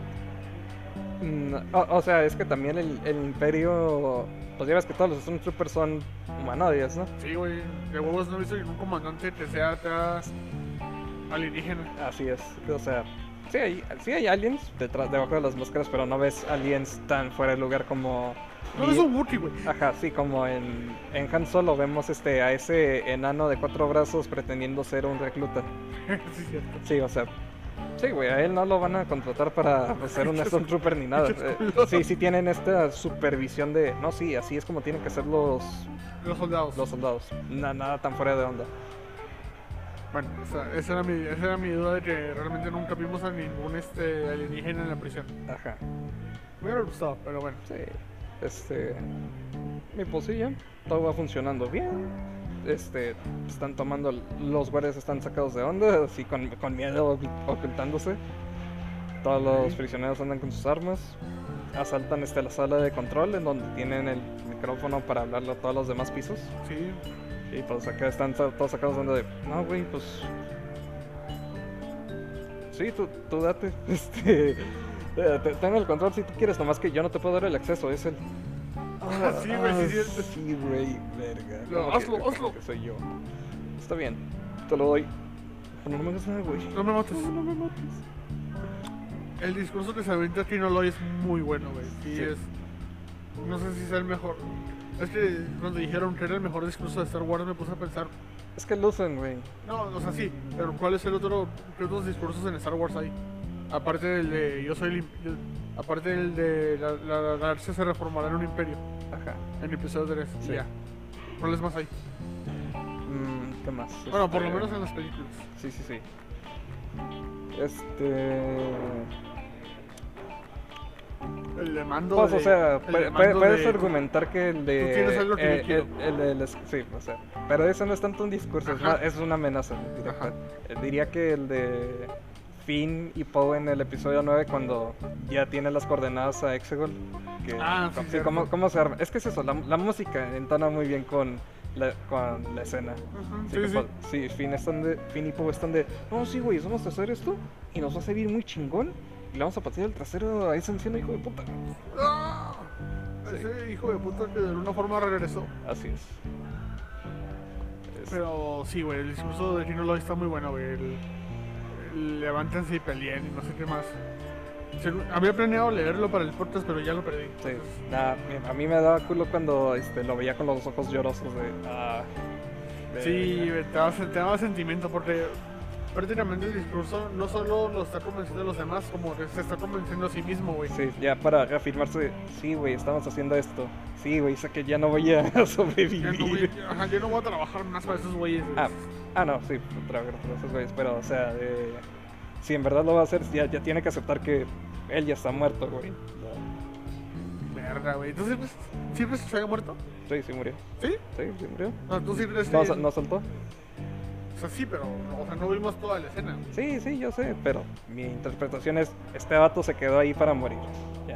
O sea, es que también el Imperio... Pues ya ves que todos los Stormtroopers son humanoides, ¿no? madre. Sí, güey. De huevos no he visto ningún comandante que sea alienígena. Así es, o sea... Sí hay aliens debajo de las máscaras, pero no ves aliens tan fuera de lugar como... No es un Wookiee, güey. Ajá, sí, como en Han Solo vemos a ese enano de 4 brazos pretendiendo ser un recluta. Sí, cierto. Sí, o sea, sí, güey, a él no lo van a contratar para pues, ser un Stormtrooper ni nada. Sí tienen esta supervisión de, no, sí, así es como tienen que ser los Los soldados. soldados. Nada tan fuera de onda. Bueno, esa era mi duda de que realmente nunca vimos a ningún alienígena en la prisión. Ajá, Me hubiera gustado, pero bueno. sí, mi posilla, todo va funcionando bien. Están tomando, los guardias están sacados de onda, así con miedo ocultándose. Todos los prisioneros andan con sus armas. Asaltan la sala de control en donde tienen el micrófono para hablarle a todos los demás pisos. Sí. Y pues acá están todos sacados de onda de, no, güey, pues... Sí, tú date, tengo el control si tú quieres, nomás que yo no te puedo dar el acceso, es el... Sí, güey, sí, es cierto. Sí, güey, verga. No, ¿Cómo hazlo, que- hazlo. cómo que soy yo. Está bien, te lo doy. Pero no me hagas nada, güey. No me mates. No me mates. El discurso que se avienta Kino Loy es muy bueno, güey. Sí, Sí. es. No sé si sea el mejor. Es que cuando dijeron que era el mejor discurso de Star Wars me puse a pensar. Es que lucen, güey. No, o sea, sí, pero ¿cuál es el otro? ¿Qué otros discursos en Star Wars hay? Aparte del de yo soy el aparte del de la galaxia se reformará en un imperio. Ajá. En el episodio 3. Sí. Ya. ¿Cuáles más hay? ¿Qué más? Bueno, por lo menos en las películas. Sí. El de mando. Pues, o sea, el de puedes mando de- argumentar que el de... Tú tienes algo que yo quiero. Sí, o sea, pero eso no es tanto un discurso, Ajá. es una amenaza directa. Ajá. Diría que el de Finn y Poe en el episodio 9 cuando ya tiene las coordenadas a Exegol. Que, Ah, sí, sí, cierto. cómo se arma. Es que es eso, la música entona muy bien con con la escena. Ujú, Así sí, que, sí. pues, sí, Finn y Poe están de, no, sí, güey, vamos a hacer esto y nos va a servir muy chingón y le vamos a patear el trasero a ese anciano hijo de puta. ¡Ah! Sí. Ese hijo de puta que de alguna forma regresó. Así es. Pero sí, güey, el discurso de Gino Lloyd está muy bueno, güey. El levántense y peleen y no sé qué más. Había planeado leerlo para el podcast, pero ya lo perdí. Sí, nada, a mí me daba culo cuando lo veía con los ojos llorosos de... Sí, güey, te daba sentimiento porque prácticamente el discurso no solo lo está convenciendo a los demás, como que se está convenciendo a sí mismo, güey. Sí, ya para reafirmarse, sí, güey, estamos haciendo esto. Sí, güey, sé que ya no voy a Ya no, sobrevivir. ajá, yo no voy a trabajar más para esos güeyes. güey. No, sí, trabajar con esos güeyes, pero, o sea, si en verdad lo va a hacer, ya tiene que aceptar que él ya está muerto, güey. Verga, güey. ¿Tú siempre se había muerto? Sí, sí murió. ¿Sí? Sí, sí murió. O sea, tú sí crees No, que... no soltó. O sea, sí, pero o sea, no vimos toda la escena. Sí, sí, yo sé, pero mi interpretación es, este vato se quedó ahí para morir. Ya.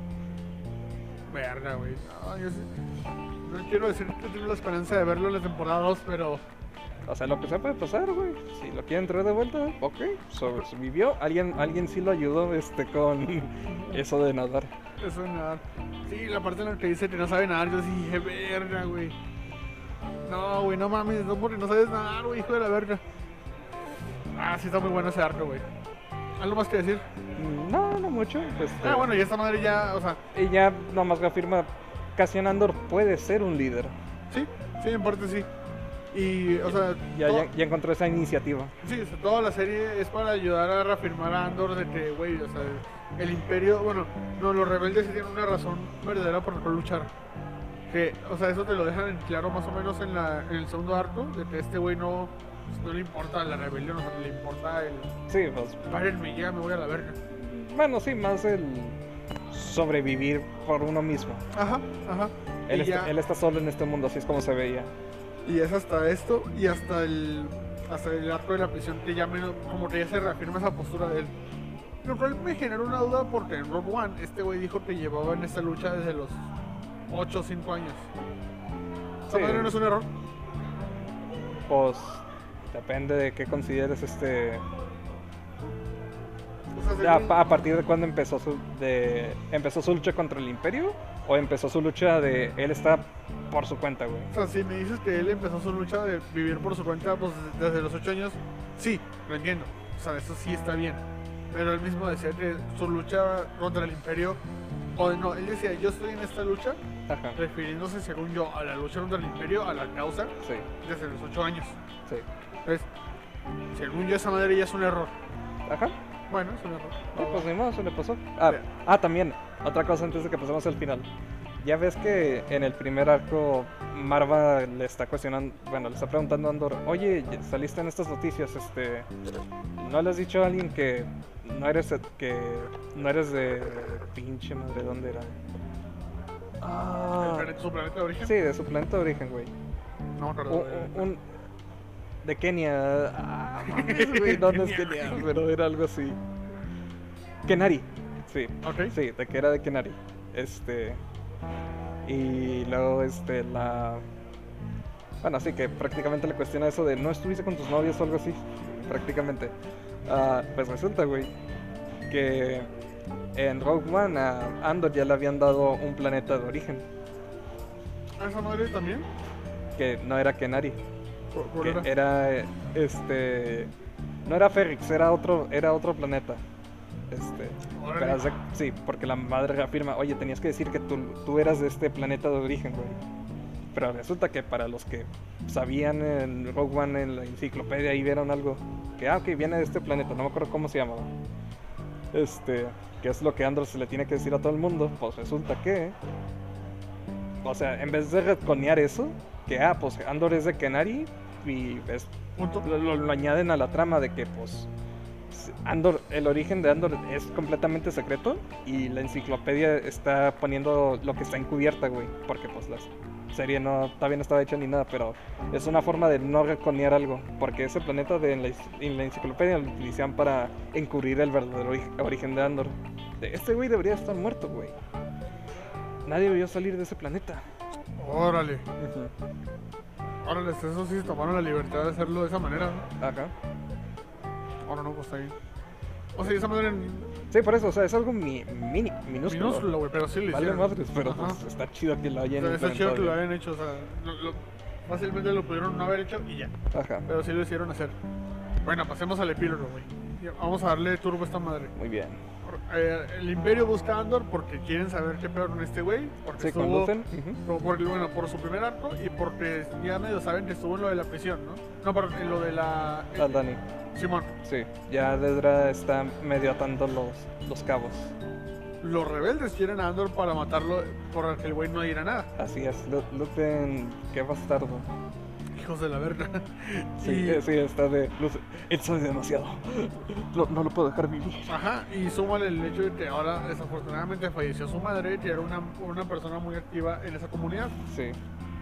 Verga, güey. No, yo sí. No quiero decir que tengo la esperanza de verlo en la temporada 2, pero... O sea, lo que se puede pasar, güey. Si lo quieren traer de vuelta, ok. Sobrevivió. Alguien sí lo ayudó con eso de nadar. Eso de nadar. Sí, la parte en la que dice que no sabe nadar, yo sí dije, verga, güey. No, güey, no mames, no porque no sabes nadar, güey, hijo de la verga. Ah, sí está muy bueno ese arco, güey. ¿Algo más que decir? No, no mucho. Bueno, y esta madre ya, o sea, Y ya nomás reafirma, Cassian Andor puede ser un líder. sí, sí, en parte sí. Y, o sea, Ya encontró esa iniciativa. sí, o sea, toda la serie es para ayudar a reafirmar a Andor de que, güey, o sea, el imperio, bueno, no, los rebeldes sí tienen una razón verdadera por la cual luchar. Que, o sea, eso te lo dejan en claro más o menos en el segundo arco, de que este güey no le importa la rebelión, o sea, le importa el... Sí, pues, Párenme ya, me voy a la verga. bueno, sí, más el sobrevivir por uno mismo. Ajá, ajá. Él, Y ya- él está solo en este mundo, así es como se veía. Y es hasta esto y hasta el arco de la prisión que ya menos, como que ya se reafirma esa postura de él. Lo cual me generó una duda porque en Rogue One este güey dijo que llevaba en esta lucha desde los 8 o 5 años. ¿Esa Sí. madre no es un error? Pues depende de qué consideres O sea, a partir de cuándo empezó su lucha contra el Imperio o empezó su lucha de él está por su cuenta, güey. o sea, si me dices que él empezó su lucha de vivir por su cuenta pues, desde los 8 años, sí, lo entiendo. O sea, eso sí está bien. Pero él mismo decía que su lucha contra el Imperio, o no, él decía, yo estoy en esta lucha, Ajá. refiriéndose, según yo, a la lucha contra el Imperio, a la causa, Sí, desde los 8 años. sí. Entonces, según yo, esa madre ya es un error. Ajá. Bueno, es un error. Sí, pues ni modo, se le pasó. Bien. También, otra cosa antes de que pasemos al final. Ya ves que en el primer arco Marva le está cuestionando, bueno, le está preguntando a Andor, oye, saliste en estas noticias, ¿no le has dicho a alguien que no eres de pinche madre, ¿dónde era? ¿Su planeta de origen? Sí, de su planeta de origen, güey. No me acuerdo. De Kenia. Mames, güey, no es Kenia, pero era algo así. Kenari. Sí. Ok. Sí, de que era de Kenari. Y luego bueno, sí que prácticamente le cuestiona eso de no estuviste con tus novios o algo así. Prácticamente. Pues resulta, güey, que en Rogue One a Andor ya le habían dado un planeta de origen. ¿A esa madre también? Que no era Kenari. ¿Cuál Que era? era no era Ferrix, era otro planeta. Órale. Pero sí, porque la madre afirma, oye, tenías que decir que tú eras de este planeta de origen, güey. Pero resulta que para los que sabían en Rogue One, en la enciclopedia, ahí vieron algo que, ok, viene de este planeta, no me acuerdo cómo se llamaba. Que es lo que Andor se le tiene que decir a todo el mundo. Pues resulta que, o sea, en vez de retconear eso, que, pues Andor es de Kenari y Punto. lo añaden a la trama de que, pues, Andor, el origen de Andor es completamente secreto y la enciclopedia está poniendo lo que está encubierta, güey, porque pues la serie todavía no estaba hecha ni nada, pero es una forma de no reconear algo, porque ese planeta en la enciclopedia lo utilizan para encubrir el verdadero origen de Andor. Este güey debería estar muerto, güey. Nadie debió salir de ese planeta. Órale. Órale, eso sí se tomaron la libertad de hacerlo de esa manera, ¿no? Ajá. Ahora no, pues está bien. O sea, de esa manera Sí, por eso, o sea, es algo minúsculo. minúsculo, güey, pero sí lo Vale hicieron. madres, pero Ajá. pues está chido que lo hayan O sea, está chido que lo implementado hayan hecho, o sea, fácilmente lo pudieron no haber hecho y ya. bien. Ajá, Pero sí lo hicieron hacer. Bueno, pasemos al epílogo, güey. Vamos a darle turbo a esta madre. muy bien. El Imperio busca a Andor porque quieren saber qué peor con este güey. Porque Sí, con estuvo, Luthen. bueno, por su primer arco y porque ya medio saben que estuvo en lo de la prisión, ¿no? No, perdón, en lo de la... Al Dani. Simón, Sí, ya Dedra está medio atando los cabos. los rebeldes quieren a Andor para matarlo por que el güey no diera nada. Así es, Luthen, qué bastardo. Hijos de la verga. Sí, Y- sí, está de Luthen. Él sabe demasiado. No lo puedo dejar vivir. Ajá, y súmale el hecho de que ahora desafortunadamente falleció su madre, que era una persona muy activa en esa comunidad. Sí,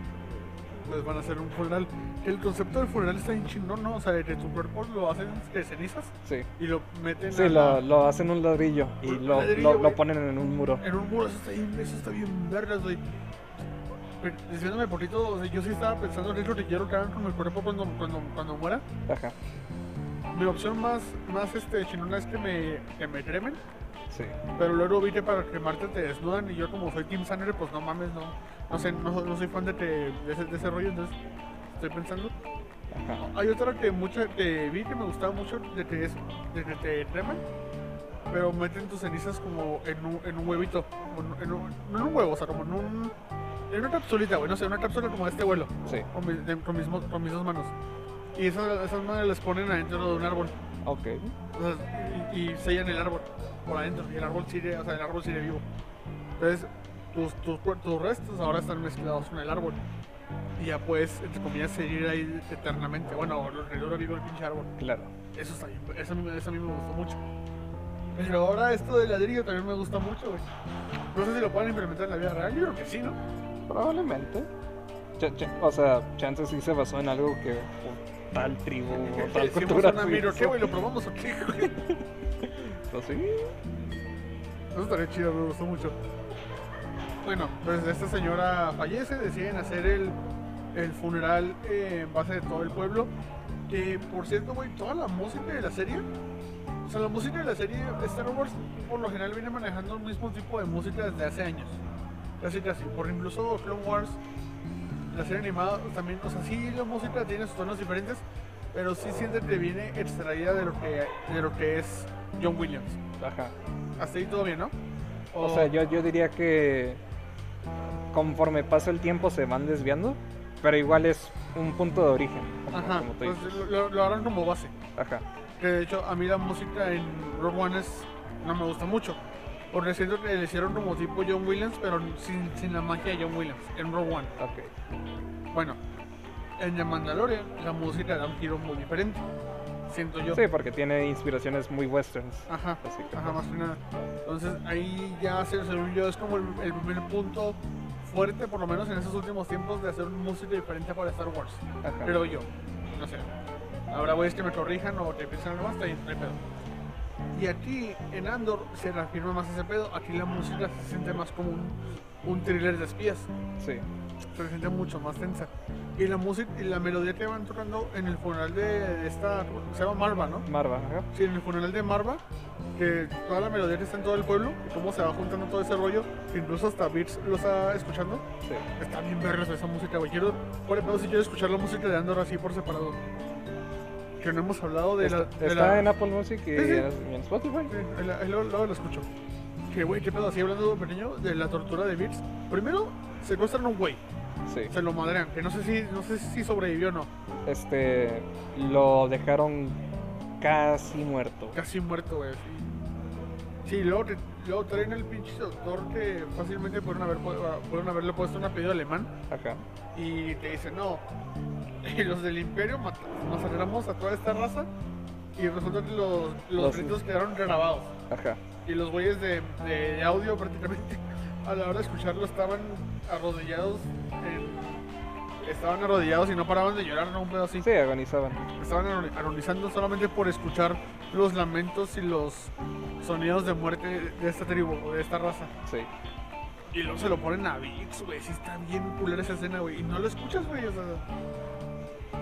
Pues van a hacer un funeral. El concepto del funeral está bien chingón, ¿no? O sea, de que tu cuerpo lo hacen de cenizas sí. y lo meten Sí, lo hacen un ladrillo y Un lo, ladrillo, lo güey. ponen en un muro. en un muro. Eso está bien vergas, güey. Pero, diciéndome poquito, o sea, yo sí estaba pensando que es lo que quiero que hagan con mi cuerpo cuando muera. Ajá, Mi opción más chingona es que me cremen. sí. Pero luego vi que para quemarte te desnudan y yo como soy Team Sangre, pues no mames, no sé, no soy fan de ese rollo, entonces estoy pensando. Ajá. Hay otra que vi que me gustaba mucho, de que te creman, pero meten tus cenizas como en un huevito, no en un huevo, o sea, como en una capsulita, güey, no sé, una cápsula como de este vuelo, Sí, con mis dos manos. Y esas madres las ponen adentro de un árbol, ok. o sea, y sellan el árbol por adentro, y el árbol sigue vivo. Entonces, tus restos ahora están mezclados con el árbol. Y ya puedes, entre comillas, seguir ahí eternamente. Bueno, alrededor vivo el pinche árbol. Claro. Eso está bien, eso a mí me gustó mucho. Pero ahora esto del ladrillo también me gusta mucho, güey. No sé si lo pueden implementar en la vida real, yo creo que sí, ¿no? Probablemente. O sea, chances sí se basó en algo que tal tribu o tal Si cultura. una sí miro, hizo. ¿qué, güey? ¿Lo probamos o qué, güey? Pues sí. Eso estaría chido, me gustó mucho. Bueno, pues esta señora fallece, deciden hacer el funeral en base de todo el pueblo. Que por cierto, güey, toda la música de la serie, o sea, la música de la serie Star Wars por lo general viene manejando el mismo tipo de música desde hace años. Casi. Por incluso Clone Wars, la serie animada también, o sea, sí la música tiene sus tonos diferentes, pero sí siente que viene extraída de lo que es John Williams. Ajá. Hasta ahí todo bien, ¿no? O sea, yo diría que conforme pasa el tiempo se van desviando, pero igual es un punto de origen. Ajá, como tú pues dices. lo harán como base. Ajá. Que de hecho a mí la música en Rogue One no me gusta mucho. Porque siento que le hicieron como tipo John Williams, pero sin la magia de John Williams en Rogue One. Ok. Bueno, en The Mandalorian la música da un giro muy diferente. Siento yo. Sí, porque tiene inspiraciones muy westerns. Ajá, Así que, ajá, más que nada. Entonces ahí ya según yo es como el primer punto fuerte, por lo menos en esos últimos tiempos, de hacer música diferente para Star Wars. Ajá. Creo yo. No sé. Habrá güeyes que me corrijan o que piensen algo más, está bien, no hay pedo. Y aquí en Andor se reafirma más ese pedo. Aquí la música se siente más como un thriller de espías. Sí. Se siente mucho más tensa. Y la música y la melodía que van tocando en el funeral de esta, se llama Marva, ¿no? Marva, ajá. Sí, en el funeral de Marva, que toda la melodía que está en todo el pueblo, y cómo se va juntando todo ese rollo, que incluso hasta Beats lo está escuchando. Sí. Está bien vergas esa música, güey. Por ejemplo, si quiero escuchar la música de Andor así por separado. Que no hemos hablado de Está en Apple Music y, Sí, sí. y en Spotify. Sí, ahí luego lo escucho. Que güey, qué pedo, así hablando pequeño de la tortura de Beats. Primero, secuestran a un güey, Sí. se lo madrean, que no sé si sobrevivió o no. Lo dejaron casi muerto. Casi muerto, güey. Sí, luego traen al pinche doctor que fácilmente pudieron haberle puesto un apellido alemán. Ajá. Y te dicen, no, y los del imperio masacramos a toda esta raza. Y resulta que los gritos quedaron grabados. Ajá. Y los güeyes de audio prácticamente a la hora de escucharlo estaban arrodillados y no paraban de llorar, no, un pedo así. Sí, agonizaban. Estaban agonizando solamente por escuchar los lamentos y los sonidos de muerte de esta tribu, o de esta raza. Sí. Y luego se lo ponen a Vix, güey. Sí está bien culera esa escena, güey. Y no lo escuchas, güey. O sea,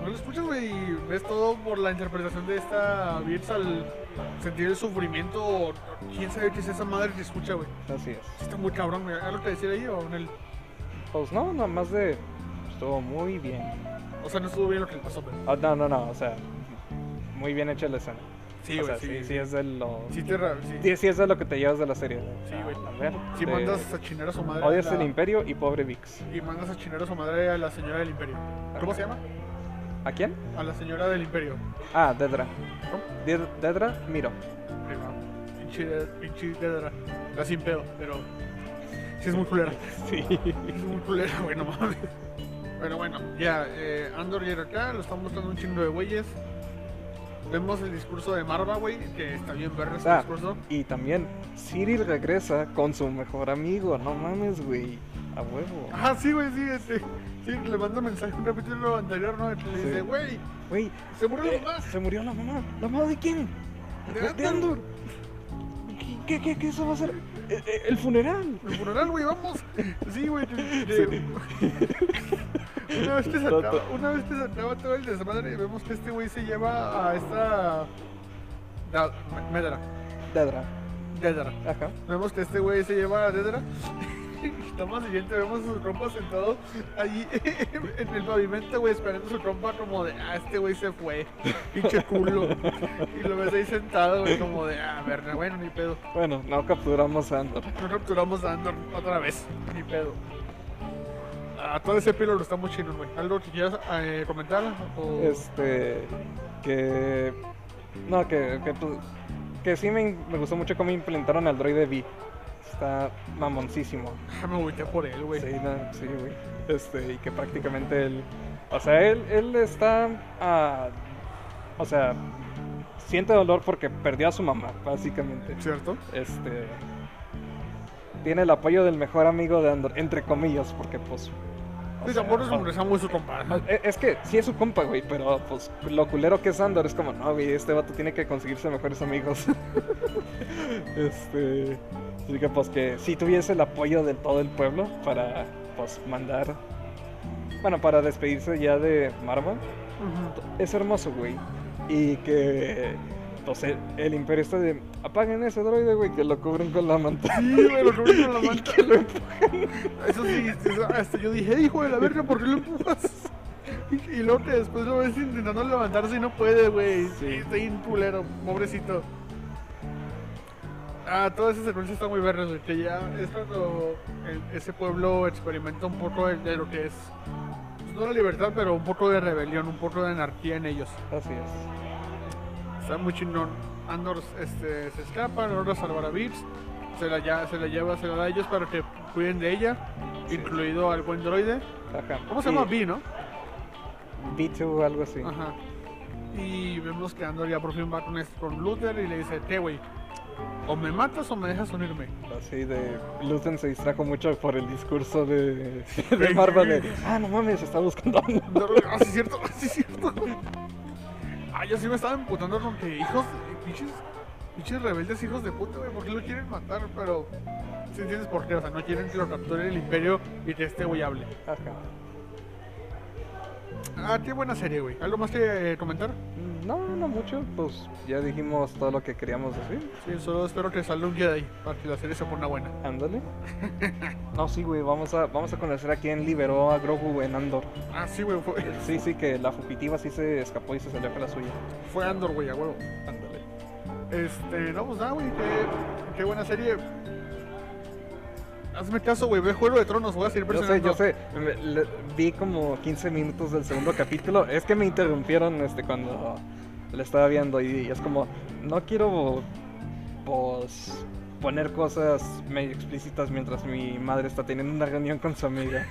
no lo escuchas, güey, y ves todo por la interpretación de esta Beats al sentir el sufrimiento. ¿Quién sabe qué es esa madre que escucha, güey? Así es. Sí, está muy cabrón, güey. ¿Algo que decir ahí o en el...? Pues no, nada más de... Estuvo muy bien. O sea, no estuvo bien lo que le pasó, pero... No, o sea, muy bien hecha la escena. Sí, o güey, sea, sí es de lo... Sí, Sí es de lo que te llevas de la serie. Sí, güey. A ver, sí mandas a chinar a su madre. Odias el Imperio y pobre Vix. Y mandas a chinar a su madre a la señora del Imperio. ¿Cómo se llama? ¿A quién? A la señora del Imperio. Ah, Dedra. ¿Cómo? Dedra, Miro. Pinche Dedra. La sin pedo, pero... Sí es muy culera. Sí. Es muy culera, güey, no mames. Pero bueno, ya, Andor llega acá, lo están mostrando un chingo de güeyes. Vemos el discurso de Marva, güey, que está bien verga ese discurso. Y también, Cyril regresa con su mejor amigo, no mames, güey. A huevo. Ah, sí, güey, sí, le manda un mensaje un capítulo anterior, ¿no? Que le dice, güey, se murió la mamá. Se murió la mamá. ¿La mamá de quién? De Andor. ¿Qué eso va a ser? El funeral. El funeral, güey, vamos. Sí, güey. Una vez que se acaba todo el desmadre, vemos que este güey se lleva a esta... Dedra. Ajá. Vemos que este güey se lleva a Dedra. Y toma siguiente, vemos a su trompa sentado allí en el pavimento, güey, esperando su trompa como de, este güey se fue, pinche culo. Y lo ves ahí sentado, güey, como de, verga, bueno, ni pedo. Bueno, no capturamos a Andor. No capturamos a Andor otra vez, ni pedo. Todo ese pelo lo está muy chino, güey. ¿Algo que quieras comentar? O... Que sí me gustó mucho cómo implementaron al droide V. Está mamoncísimo. Me agüité por él, güey. Sí, güey. Y que prácticamente él... O sea, él está... o sea, siente dolor porque perdió a su mamá, básicamente. ¿Cierto? Tiene el apoyo del mejor amigo de Andor, entre comillas, porque pues... Sí, tampoco es como que sea muy su compa. Es que sí es su compa, güey, pero pues lo culero que es Andor es como, no, güey, este vato tiene que conseguirse mejores amigos. Así que pues que si tuviese el apoyo de todo el pueblo para pues mandar... Bueno, para despedirse ya de Marva. Es hermoso, güey. Y que... Entonces el Imperio está de... Apaguen ese droide, güey, que lo cubren con la manta. Sí, güey, lo cubren con la manta. Que lo empujan. Eso sí, hasta yo dije, hijo de la verga, ¿por qué lo empujas? Y luego que después lo ves intentando levantarse y no puede, güey. Sí, está bien culero, pobrecito. Toda esa secuencia está muy verde, güey. Que ya es cuando ese pueblo experimenta un poco de lo que es... Pues no la libertad, pero un poco de rebelión, un poco de anarquía en ellos. Así es. Está muy chingón. Andor se escapa, logra salvar a Beats, se la da a ellos para que cuiden de ella, sí. Incluido al buen droide. Ajá. ¿Cómo se llama? B, ¿no? B2, algo así. Ajá. Y vemos que Andor ya por fin va con Luthen y le dice, güey, o me matas o me dejas unirme. Así de... Luthen se distrajo mucho por el discurso de Marva de... no mames, se está buscando a Andor. Sí, cierto. Yo sí me estaba emputando con que hijos, pinches rebeldes hijos de puta, güey, ¿por qué lo quieren matar? Pero, ¿sí entiendes por qué? O sea, no quieren que lo capturen el Imperio y que este güey hable. Ajá. Qué buena serie, güey. ¿Algo más que comentar? No mucho, pues ya dijimos todo lo que queríamos decir. Sí, solo espero que salga un Jedi para que la serie se ponga buena. Ándale. No, sí, güey, vamos a conocer a quién liberó a Grogu en Andor. Sí, güey, fue... Sí, que la fugitiva sí se escapó y se salió con la suya. Fue Andor, güey, a huevo. Ándale. No, pues nada, güey, qué buena serie. Hazme caso, güey, ve Juego de Tronos, voy a seguir presionando. Yo sé, vi como 15 minutos del segundo capítulo. Es que me interrumpieron cuando lo estaba viendo y es como, no quiero pues poner cosas medio explícitas mientras mi madre está teniendo una reunión con su amiga.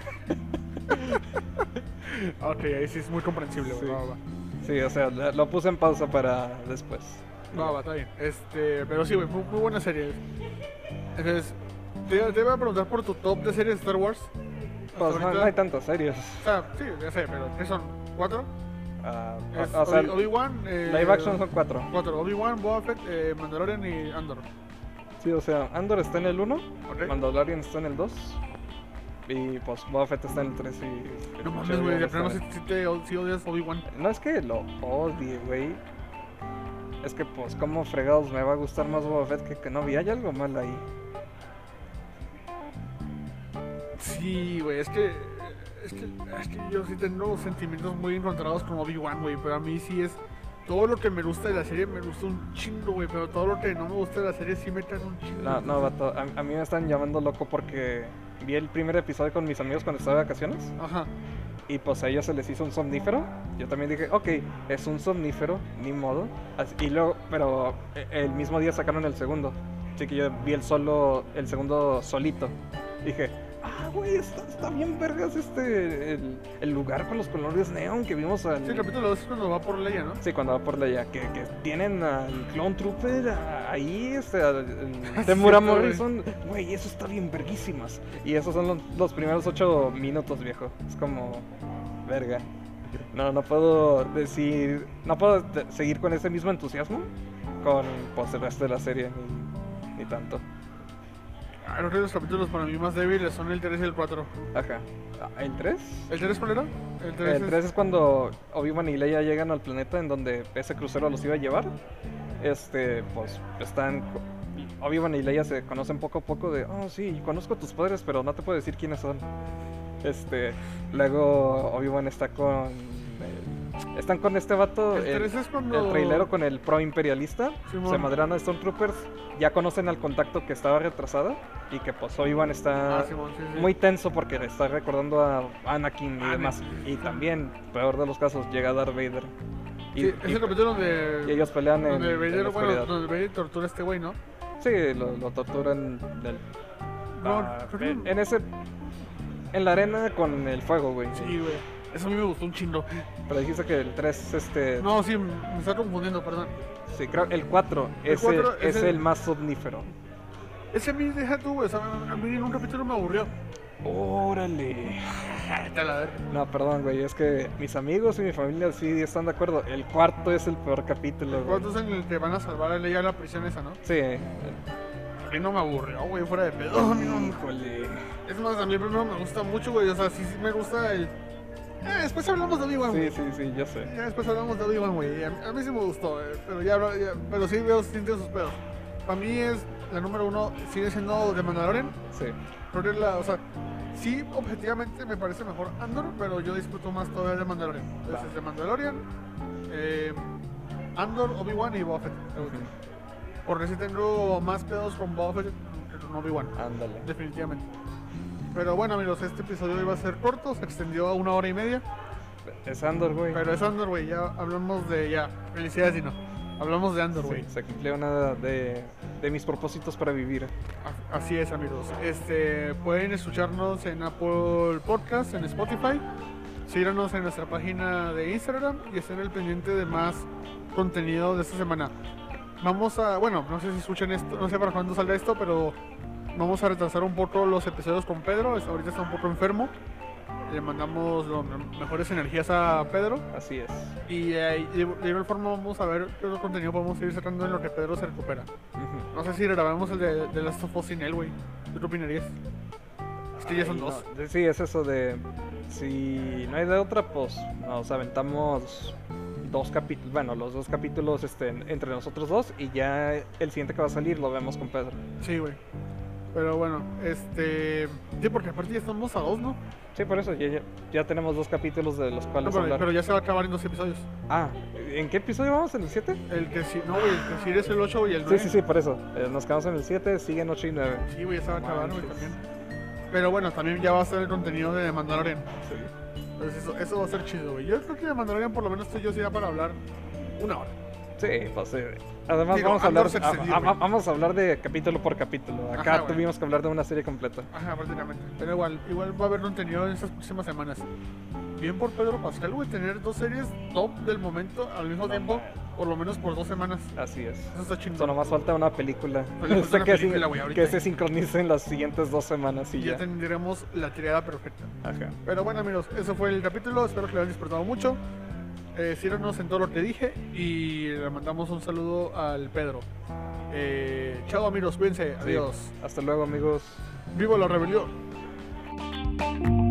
Ok, ahí sí es muy comprensible, güey. Sí. Va. Sí, o sea, lo puse en pausa para después. Va, está bien. Pero sí, güey, muy buena serie. Entonces, te voy a preguntar por tu top de series de Star Wars. Pues no hay tantas series. Sí, ya sé, pero ¿qué son? ¿4? O sea, Obi-Wan... live action son 4. 4, Obi-Wan, Boba Fett, Mandalorian y Andor. Sí, o sea, Andor está en el 1, Okay. Mandalorian está en el 2 Y pues Boba Fett está en el 3 y... No mames, güey, de plano si odias Obi-Wan. No es que lo odie, güey. Es que pues como fregados me va a gustar más Boba Fett que Kenobi. Hay algo mal ahí. Sí, güey, es que yo sí tengo sentimientos muy encontrados con Obi-Wan, güey, pero a mí sí es... Todo lo que me gusta de la serie me gusta un chingo, güey, pero todo lo que no me gusta de la serie sí me trae un chingo. No, vato, a mí me están llamando loco porque vi el primer episodio con mis amigos cuando estaba de vacaciones. Ajá. Y pues a ellos se les hizo un somnífero. Yo también dije, ok, es un somnífero, ni modo. Y luego, pero el mismo día sacaron el segundo. Así que yo vi el segundo solito. Dije, güey, está bien vergas el lugar con los colores neón que vimos al... Sí, el capítulo 2 es cuando va por Leia, ¿no? Sí, cuando va por Leia, que tienen al Clone Trooper ahí, Temura Morrison, güey, eso está bien verguísimas. Y esos son los primeros 8 minutos, viejo. Es como, verga. No puedo seguir con ese mismo entusiasmo con pues, el resto de la serie, ni tanto. Los otros capítulos para mí más débiles son el 3 y el 4. Ajá. ¿El 3? ¿El 3 cuál era? El 3 es cuando Obi-Wan y Leia llegan al planeta en donde ese crucero los iba a llevar. Pues están... Obi-Wan y Leia se conocen poco a poco de... Oh, sí, conozco a tus padres, pero no te puedo decir quiénes son. Luego Obi-Wan está con... Están con este vato, el trailero con el pro imperialista. Sí, se madrean a Stormtroopers. Ya conocen al contacto que estaba retrasado. Y que pues Obi-Wan está sí. muy tenso porque le está recordando a Anakin y demás. Y también, peor de los casos, llega Darth Vader. Sí, es el capítulo donde... Y ellos pelean donde Vader, en la oscuridad. donde Vader tortura a este güey, ¿no? Sí, lo torturan en la arena con el fuego, güey. Sí, güey. Eso a mí me gustó un chingo. Pero dijiste que el 3 No, sí, me está confundiendo, perdón. Sí, creo el 4 es el más somnífero. Ese a mí, deja tú, güey, o sea, a mí en un capítulo me aburrió. ¡Órale! A ver. No, perdón, güey, es que mis amigos y mi familia sí están de acuerdo. El 4 es el peor capítulo, El 4 es en el que van a salvar a Leia de la prisión esa, ¿no? Sí. A mí no me aburrió, güey, fuera de pedo. Híjole. Es más, a mí primero me gusta mucho, güey, o sea, sí me gusta el... después hablamos de Obi-Wan, güey. Sí, yo sé. Ya después hablamos de Obi-Wan, güey. A mí sí me gustó, pero pero sí veo siente sus pedos. Para mí es la número 1, sigue siendo de Mandalorian. Sí. Pero o sea, sí, objetivamente me parece mejor Andor, pero yo disfruto más todavía de Mandalorian. Entonces, de Mandalorian, Andor, Obi-Wan y Boba Fett. Porque sí tengo más pedos con Boba Fett que con Obi-Wan. Ándale. Definitivamente. Pero bueno, amigos, este episodio iba a ser corto, se extendió a 1 hora y media. Es Andor, güey. Pero es Andor, güey, ya hablamos de... felicidades, Dino. Hablamos de Andor, güey. Sí, se cumplió una de mis propósitos para vivir. Así es, amigos. Pueden escucharnos en Apple Podcast, en Spotify. Síganos en nuestra página de Instagram y estén al pendiente de más contenido de esta semana. Vamos a... Bueno, no sé si escuchan esto, no sé para cuándo saldrá esto, pero... Vamos a retrasar un poco los episodios con Pedro. Ahorita está un poco enfermo. Le mandamos las mejores energías a Pedro. Así es. Y de igual forma vamos a ver qué otro contenido podemos seguir sacando en lo que Pedro se recupera. No sé si grabamos el de Last of Us sin él, güey. ¿Tú qué opinarías? Es que ya son 2. No. Sí, es eso de... Si no hay de otra, pues nos aventamos 2 capítulos. Bueno, los 2 capítulos entre nosotros dos. Y ya el siguiente que va a salir lo vemos con Pedro. Sí, güey. Pero bueno, sí, porque aparte ya estamos a 2, ¿no? Sí, por eso, ya tenemos 2 capítulos de los cuales hablar. Pero ya se va a acabar en 2 episodios. ¿En qué episodio vamos? ¿En el 7? El que sí, no, güey, el que sí es el 8 y el 9. Sí, por eso. Nos quedamos en el 7, siguen 8 y 9. Sí, güey, ya se va a acabar, güey, también. Pero bueno, también ya va a ser el contenido de Mandalorian. Sí. Entonces eso va a ser chido, güey. Yo creo que de Mandalorian por lo menos yo sí da para hablar 1 hora. Sí, pues sí. Además vamos a hablar de capítulo por capítulo. Acá Ajá, tuvimos que hablar de una serie completa. Ajá, prácticamente. Pero igual va a haber contenido en estas próximas semanas. Bien por Pedro Pascal, güey, tener 2 series top del momento al mismo tiempo, por lo menos por 2 semanas. Así es. Eso está chingón. Solo más falta una película. Que se sincronice en las siguientes 2 semanas y ya tendremos la tirada perfecta. Ajá. Pero bueno, amigos, eso fue el capítulo. Espero que lo hayan disfrutado mucho. Síganos en todo lo que dije y le mandamos un saludo al Pedro. Chao, amigos, cuídense. Adiós. Hasta luego, amigos. ¡Viva la rebelión! Bye.